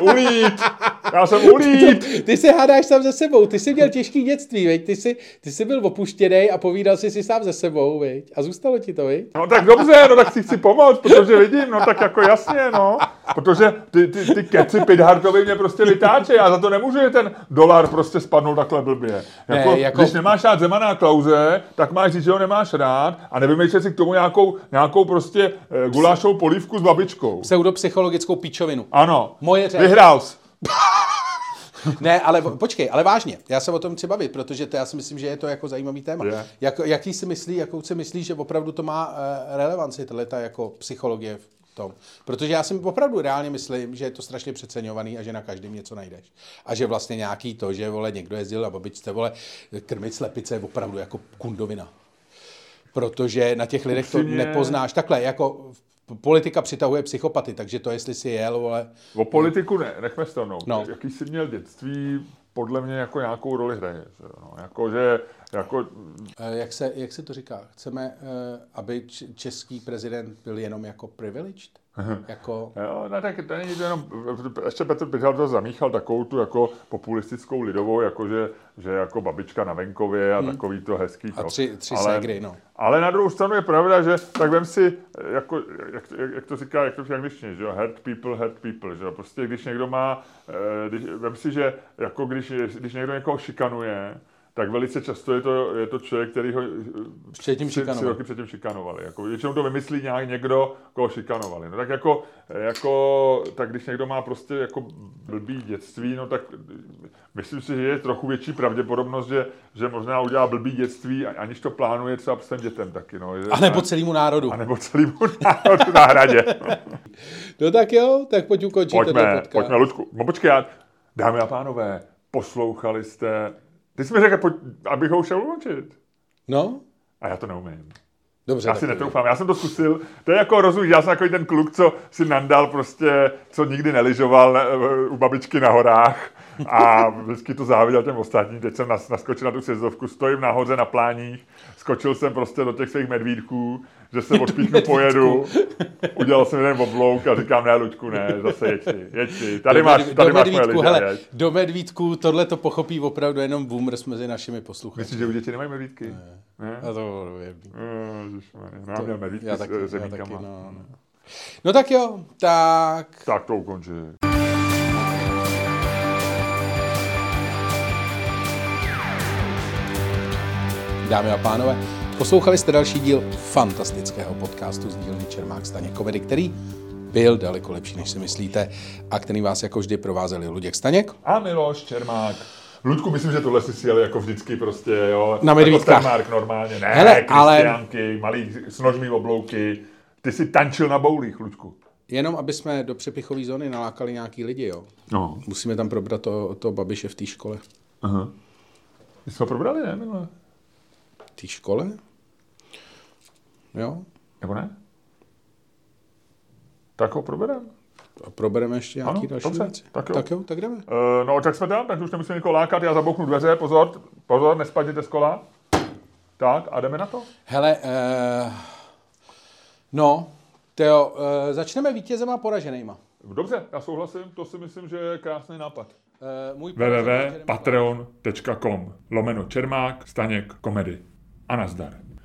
[SPEAKER 1] ulít.
[SPEAKER 2] Ty se hádáš sám ze sebou, ty jsi měl těžký dětství, veď? Ty jsi byl opuštěnej a povídal jsi si sám ze sebou, veď? A zůstalo ti to, veď?
[SPEAKER 1] No tak dobře, tak si chci pomoct, protože vidím, no tak jako jasně, no. Protože ty keci Pidhartovi mě prostě vytáčejí. Já za to nemůžu, že ten dolar prostě spadnul takhle blbě. Když nemáš rád Zemana a Klause, tak máš říct, že ho nemáš rád a nevymýšlej si k tomu nějakou prostě gulášovou polívku s babičkou.
[SPEAKER 2] Pseudopsychologickou píčovinu.
[SPEAKER 1] Ano.
[SPEAKER 2] Moje řeč.
[SPEAKER 1] Vyhrál jsi.
[SPEAKER 2] Ne, ale počkej, ale vážně, já se o tom chci bavit, protože to já si myslím, že je to jako zajímavý téma. Jakou si myslí, že opravdu to má relevanci, tato jako psychologie v tom? Protože já si opravdu reálně myslím, že je to strašně přeceňovaný a že na každém něco najdeš. A že vlastně nějaký to, že vole, někdo jezdil na babičce, vole, krmit slepice je opravdu jako kundovina. Protože na těch lidech to nepoznáš. Takhle, jako politika přitahuje psychopaty, takže to, jestli si jel, vole...
[SPEAKER 1] O politiku ne, nechme stranou. No. Jaký jsi měl dětství, podle mě jako nějakou roli hraje. No,
[SPEAKER 2] Jak se to říká? Chceme, aby český prezident byl jenom jako privileged? Jako...
[SPEAKER 1] Jo, no, tak to není to jenom, ještě Petr Pidhal to zamíchal takovou tu jako populistickou lidovou, jakože že jako babička na venkově a takový to hezký.
[SPEAKER 2] A tři ségry, no.
[SPEAKER 1] Ale na druhou stranu je pravda, že tak vem si, jako, jak to říká, jak to v angličtině, že jo, hurt people, že jo, prostě když někdo má, vem si, že jako když někdo někoho šikanuje, tak velice často je to člověk, který ho
[SPEAKER 2] předtím
[SPEAKER 1] šikanovali. Jako, většinou to vymyslí někdo, koho šikanovali. No tak tak když někdo má prostě jako blbý dětství, no tak myslím si, že je trochu větší pravděpodobnost, že možná udělá blbý dětství, aniž to plánuje třeba s tím dětem taky. No.
[SPEAKER 2] A nebo celému národu.
[SPEAKER 1] A nebo celému národu na hradě.
[SPEAKER 2] No tak jo, tak pojď ukončit ten podcast.
[SPEAKER 1] Pojďme, Ludku. No počkej, dámy a pánové, poslouchali jste... Ty jsi mi řekl, abych ho šel ukončit.
[SPEAKER 2] No.
[SPEAKER 1] A já to neumím.
[SPEAKER 2] Dobře.
[SPEAKER 1] Já si netroufám, já jsem to zkusil. To je jako rozumíš, já jsem takový ten kluk, co si nandal prostě, co nikdy nelyžoval u babičky na horách a vždycky to záviděl těm ostatním. Teď jsem naskočil na tu sjezdovku, stojím nahoře na pláních, skočil jsem prostě do těch svých medvídků, že se odpíchnu, pojedu, udělal jsem jeden oblouk a říkám, ne, Luďku, ne, zase jeď si. Tady máš moje lyže,
[SPEAKER 2] hele, do medvídků tohle to pochopí opravdu jenom boomers mezi našimi posluchači.
[SPEAKER 1] Myslíš, že u děti nemají medvídky?
[SPEAKER 2] Ne. A to
[SPEAKER 1] já měl medvídky s zemínkama.
[SPEAKER 2] No tak jo, tak...
[SPEAKER 1] Tak to ukončí.
[SPEAKER 2] Dámy a pánové, poslouchali jste další díl fantastického podcastu z dílny Čermák Staněk Komedy, který byl daleko lepší, než si myslíte, a který vás jako vždy provázeli Luděk Staněk
[SPEAKER 1] a Miloš Čermák. Ludku, myslím, že tohle si sjeli jako vždycky prostě, jo.
[SPEAKER 2] Na medvídkách.
[SPEAKER 1] Jako normálně, ne, hele, Kristiánky, malý snožmý oblouky. Ty jsi tančil na boulích, Ludku.
[SPEAKER 2] Jenom, aby jsme do přepichové zóny nalákali nějaký lidi, jo.
[SPEAKER 1] No.
[SPEAKER 2] Musíme tam probrat to Babiše v té škole.
[SPEAKER 1] Aha. My jsme ho probrali, ne, minule?
[SPEAKER 2] V té škole? Jo.
[SPEAKER 1] Nebo ne? Tak ho probereme.
[SPEAKER 2] A probereme ještě nějaký další věci. Tak jo, tak jdeme.
[SPEAKER 1] No, tak jsme tam, tak už nemusíme někoho lákat, já zabouchnu dveře, pozor, nespadněte z kola. Tak, a jdeme na to?
[SPEAKER 2] Hele, Teo, začneme vítězema a poraženýma.
[SPEAKER 1] Dobře, já souhlasím, to si myslím, že je krásný nápad. www.patreon.com/Čermák Staněk Komedy. A nazdar.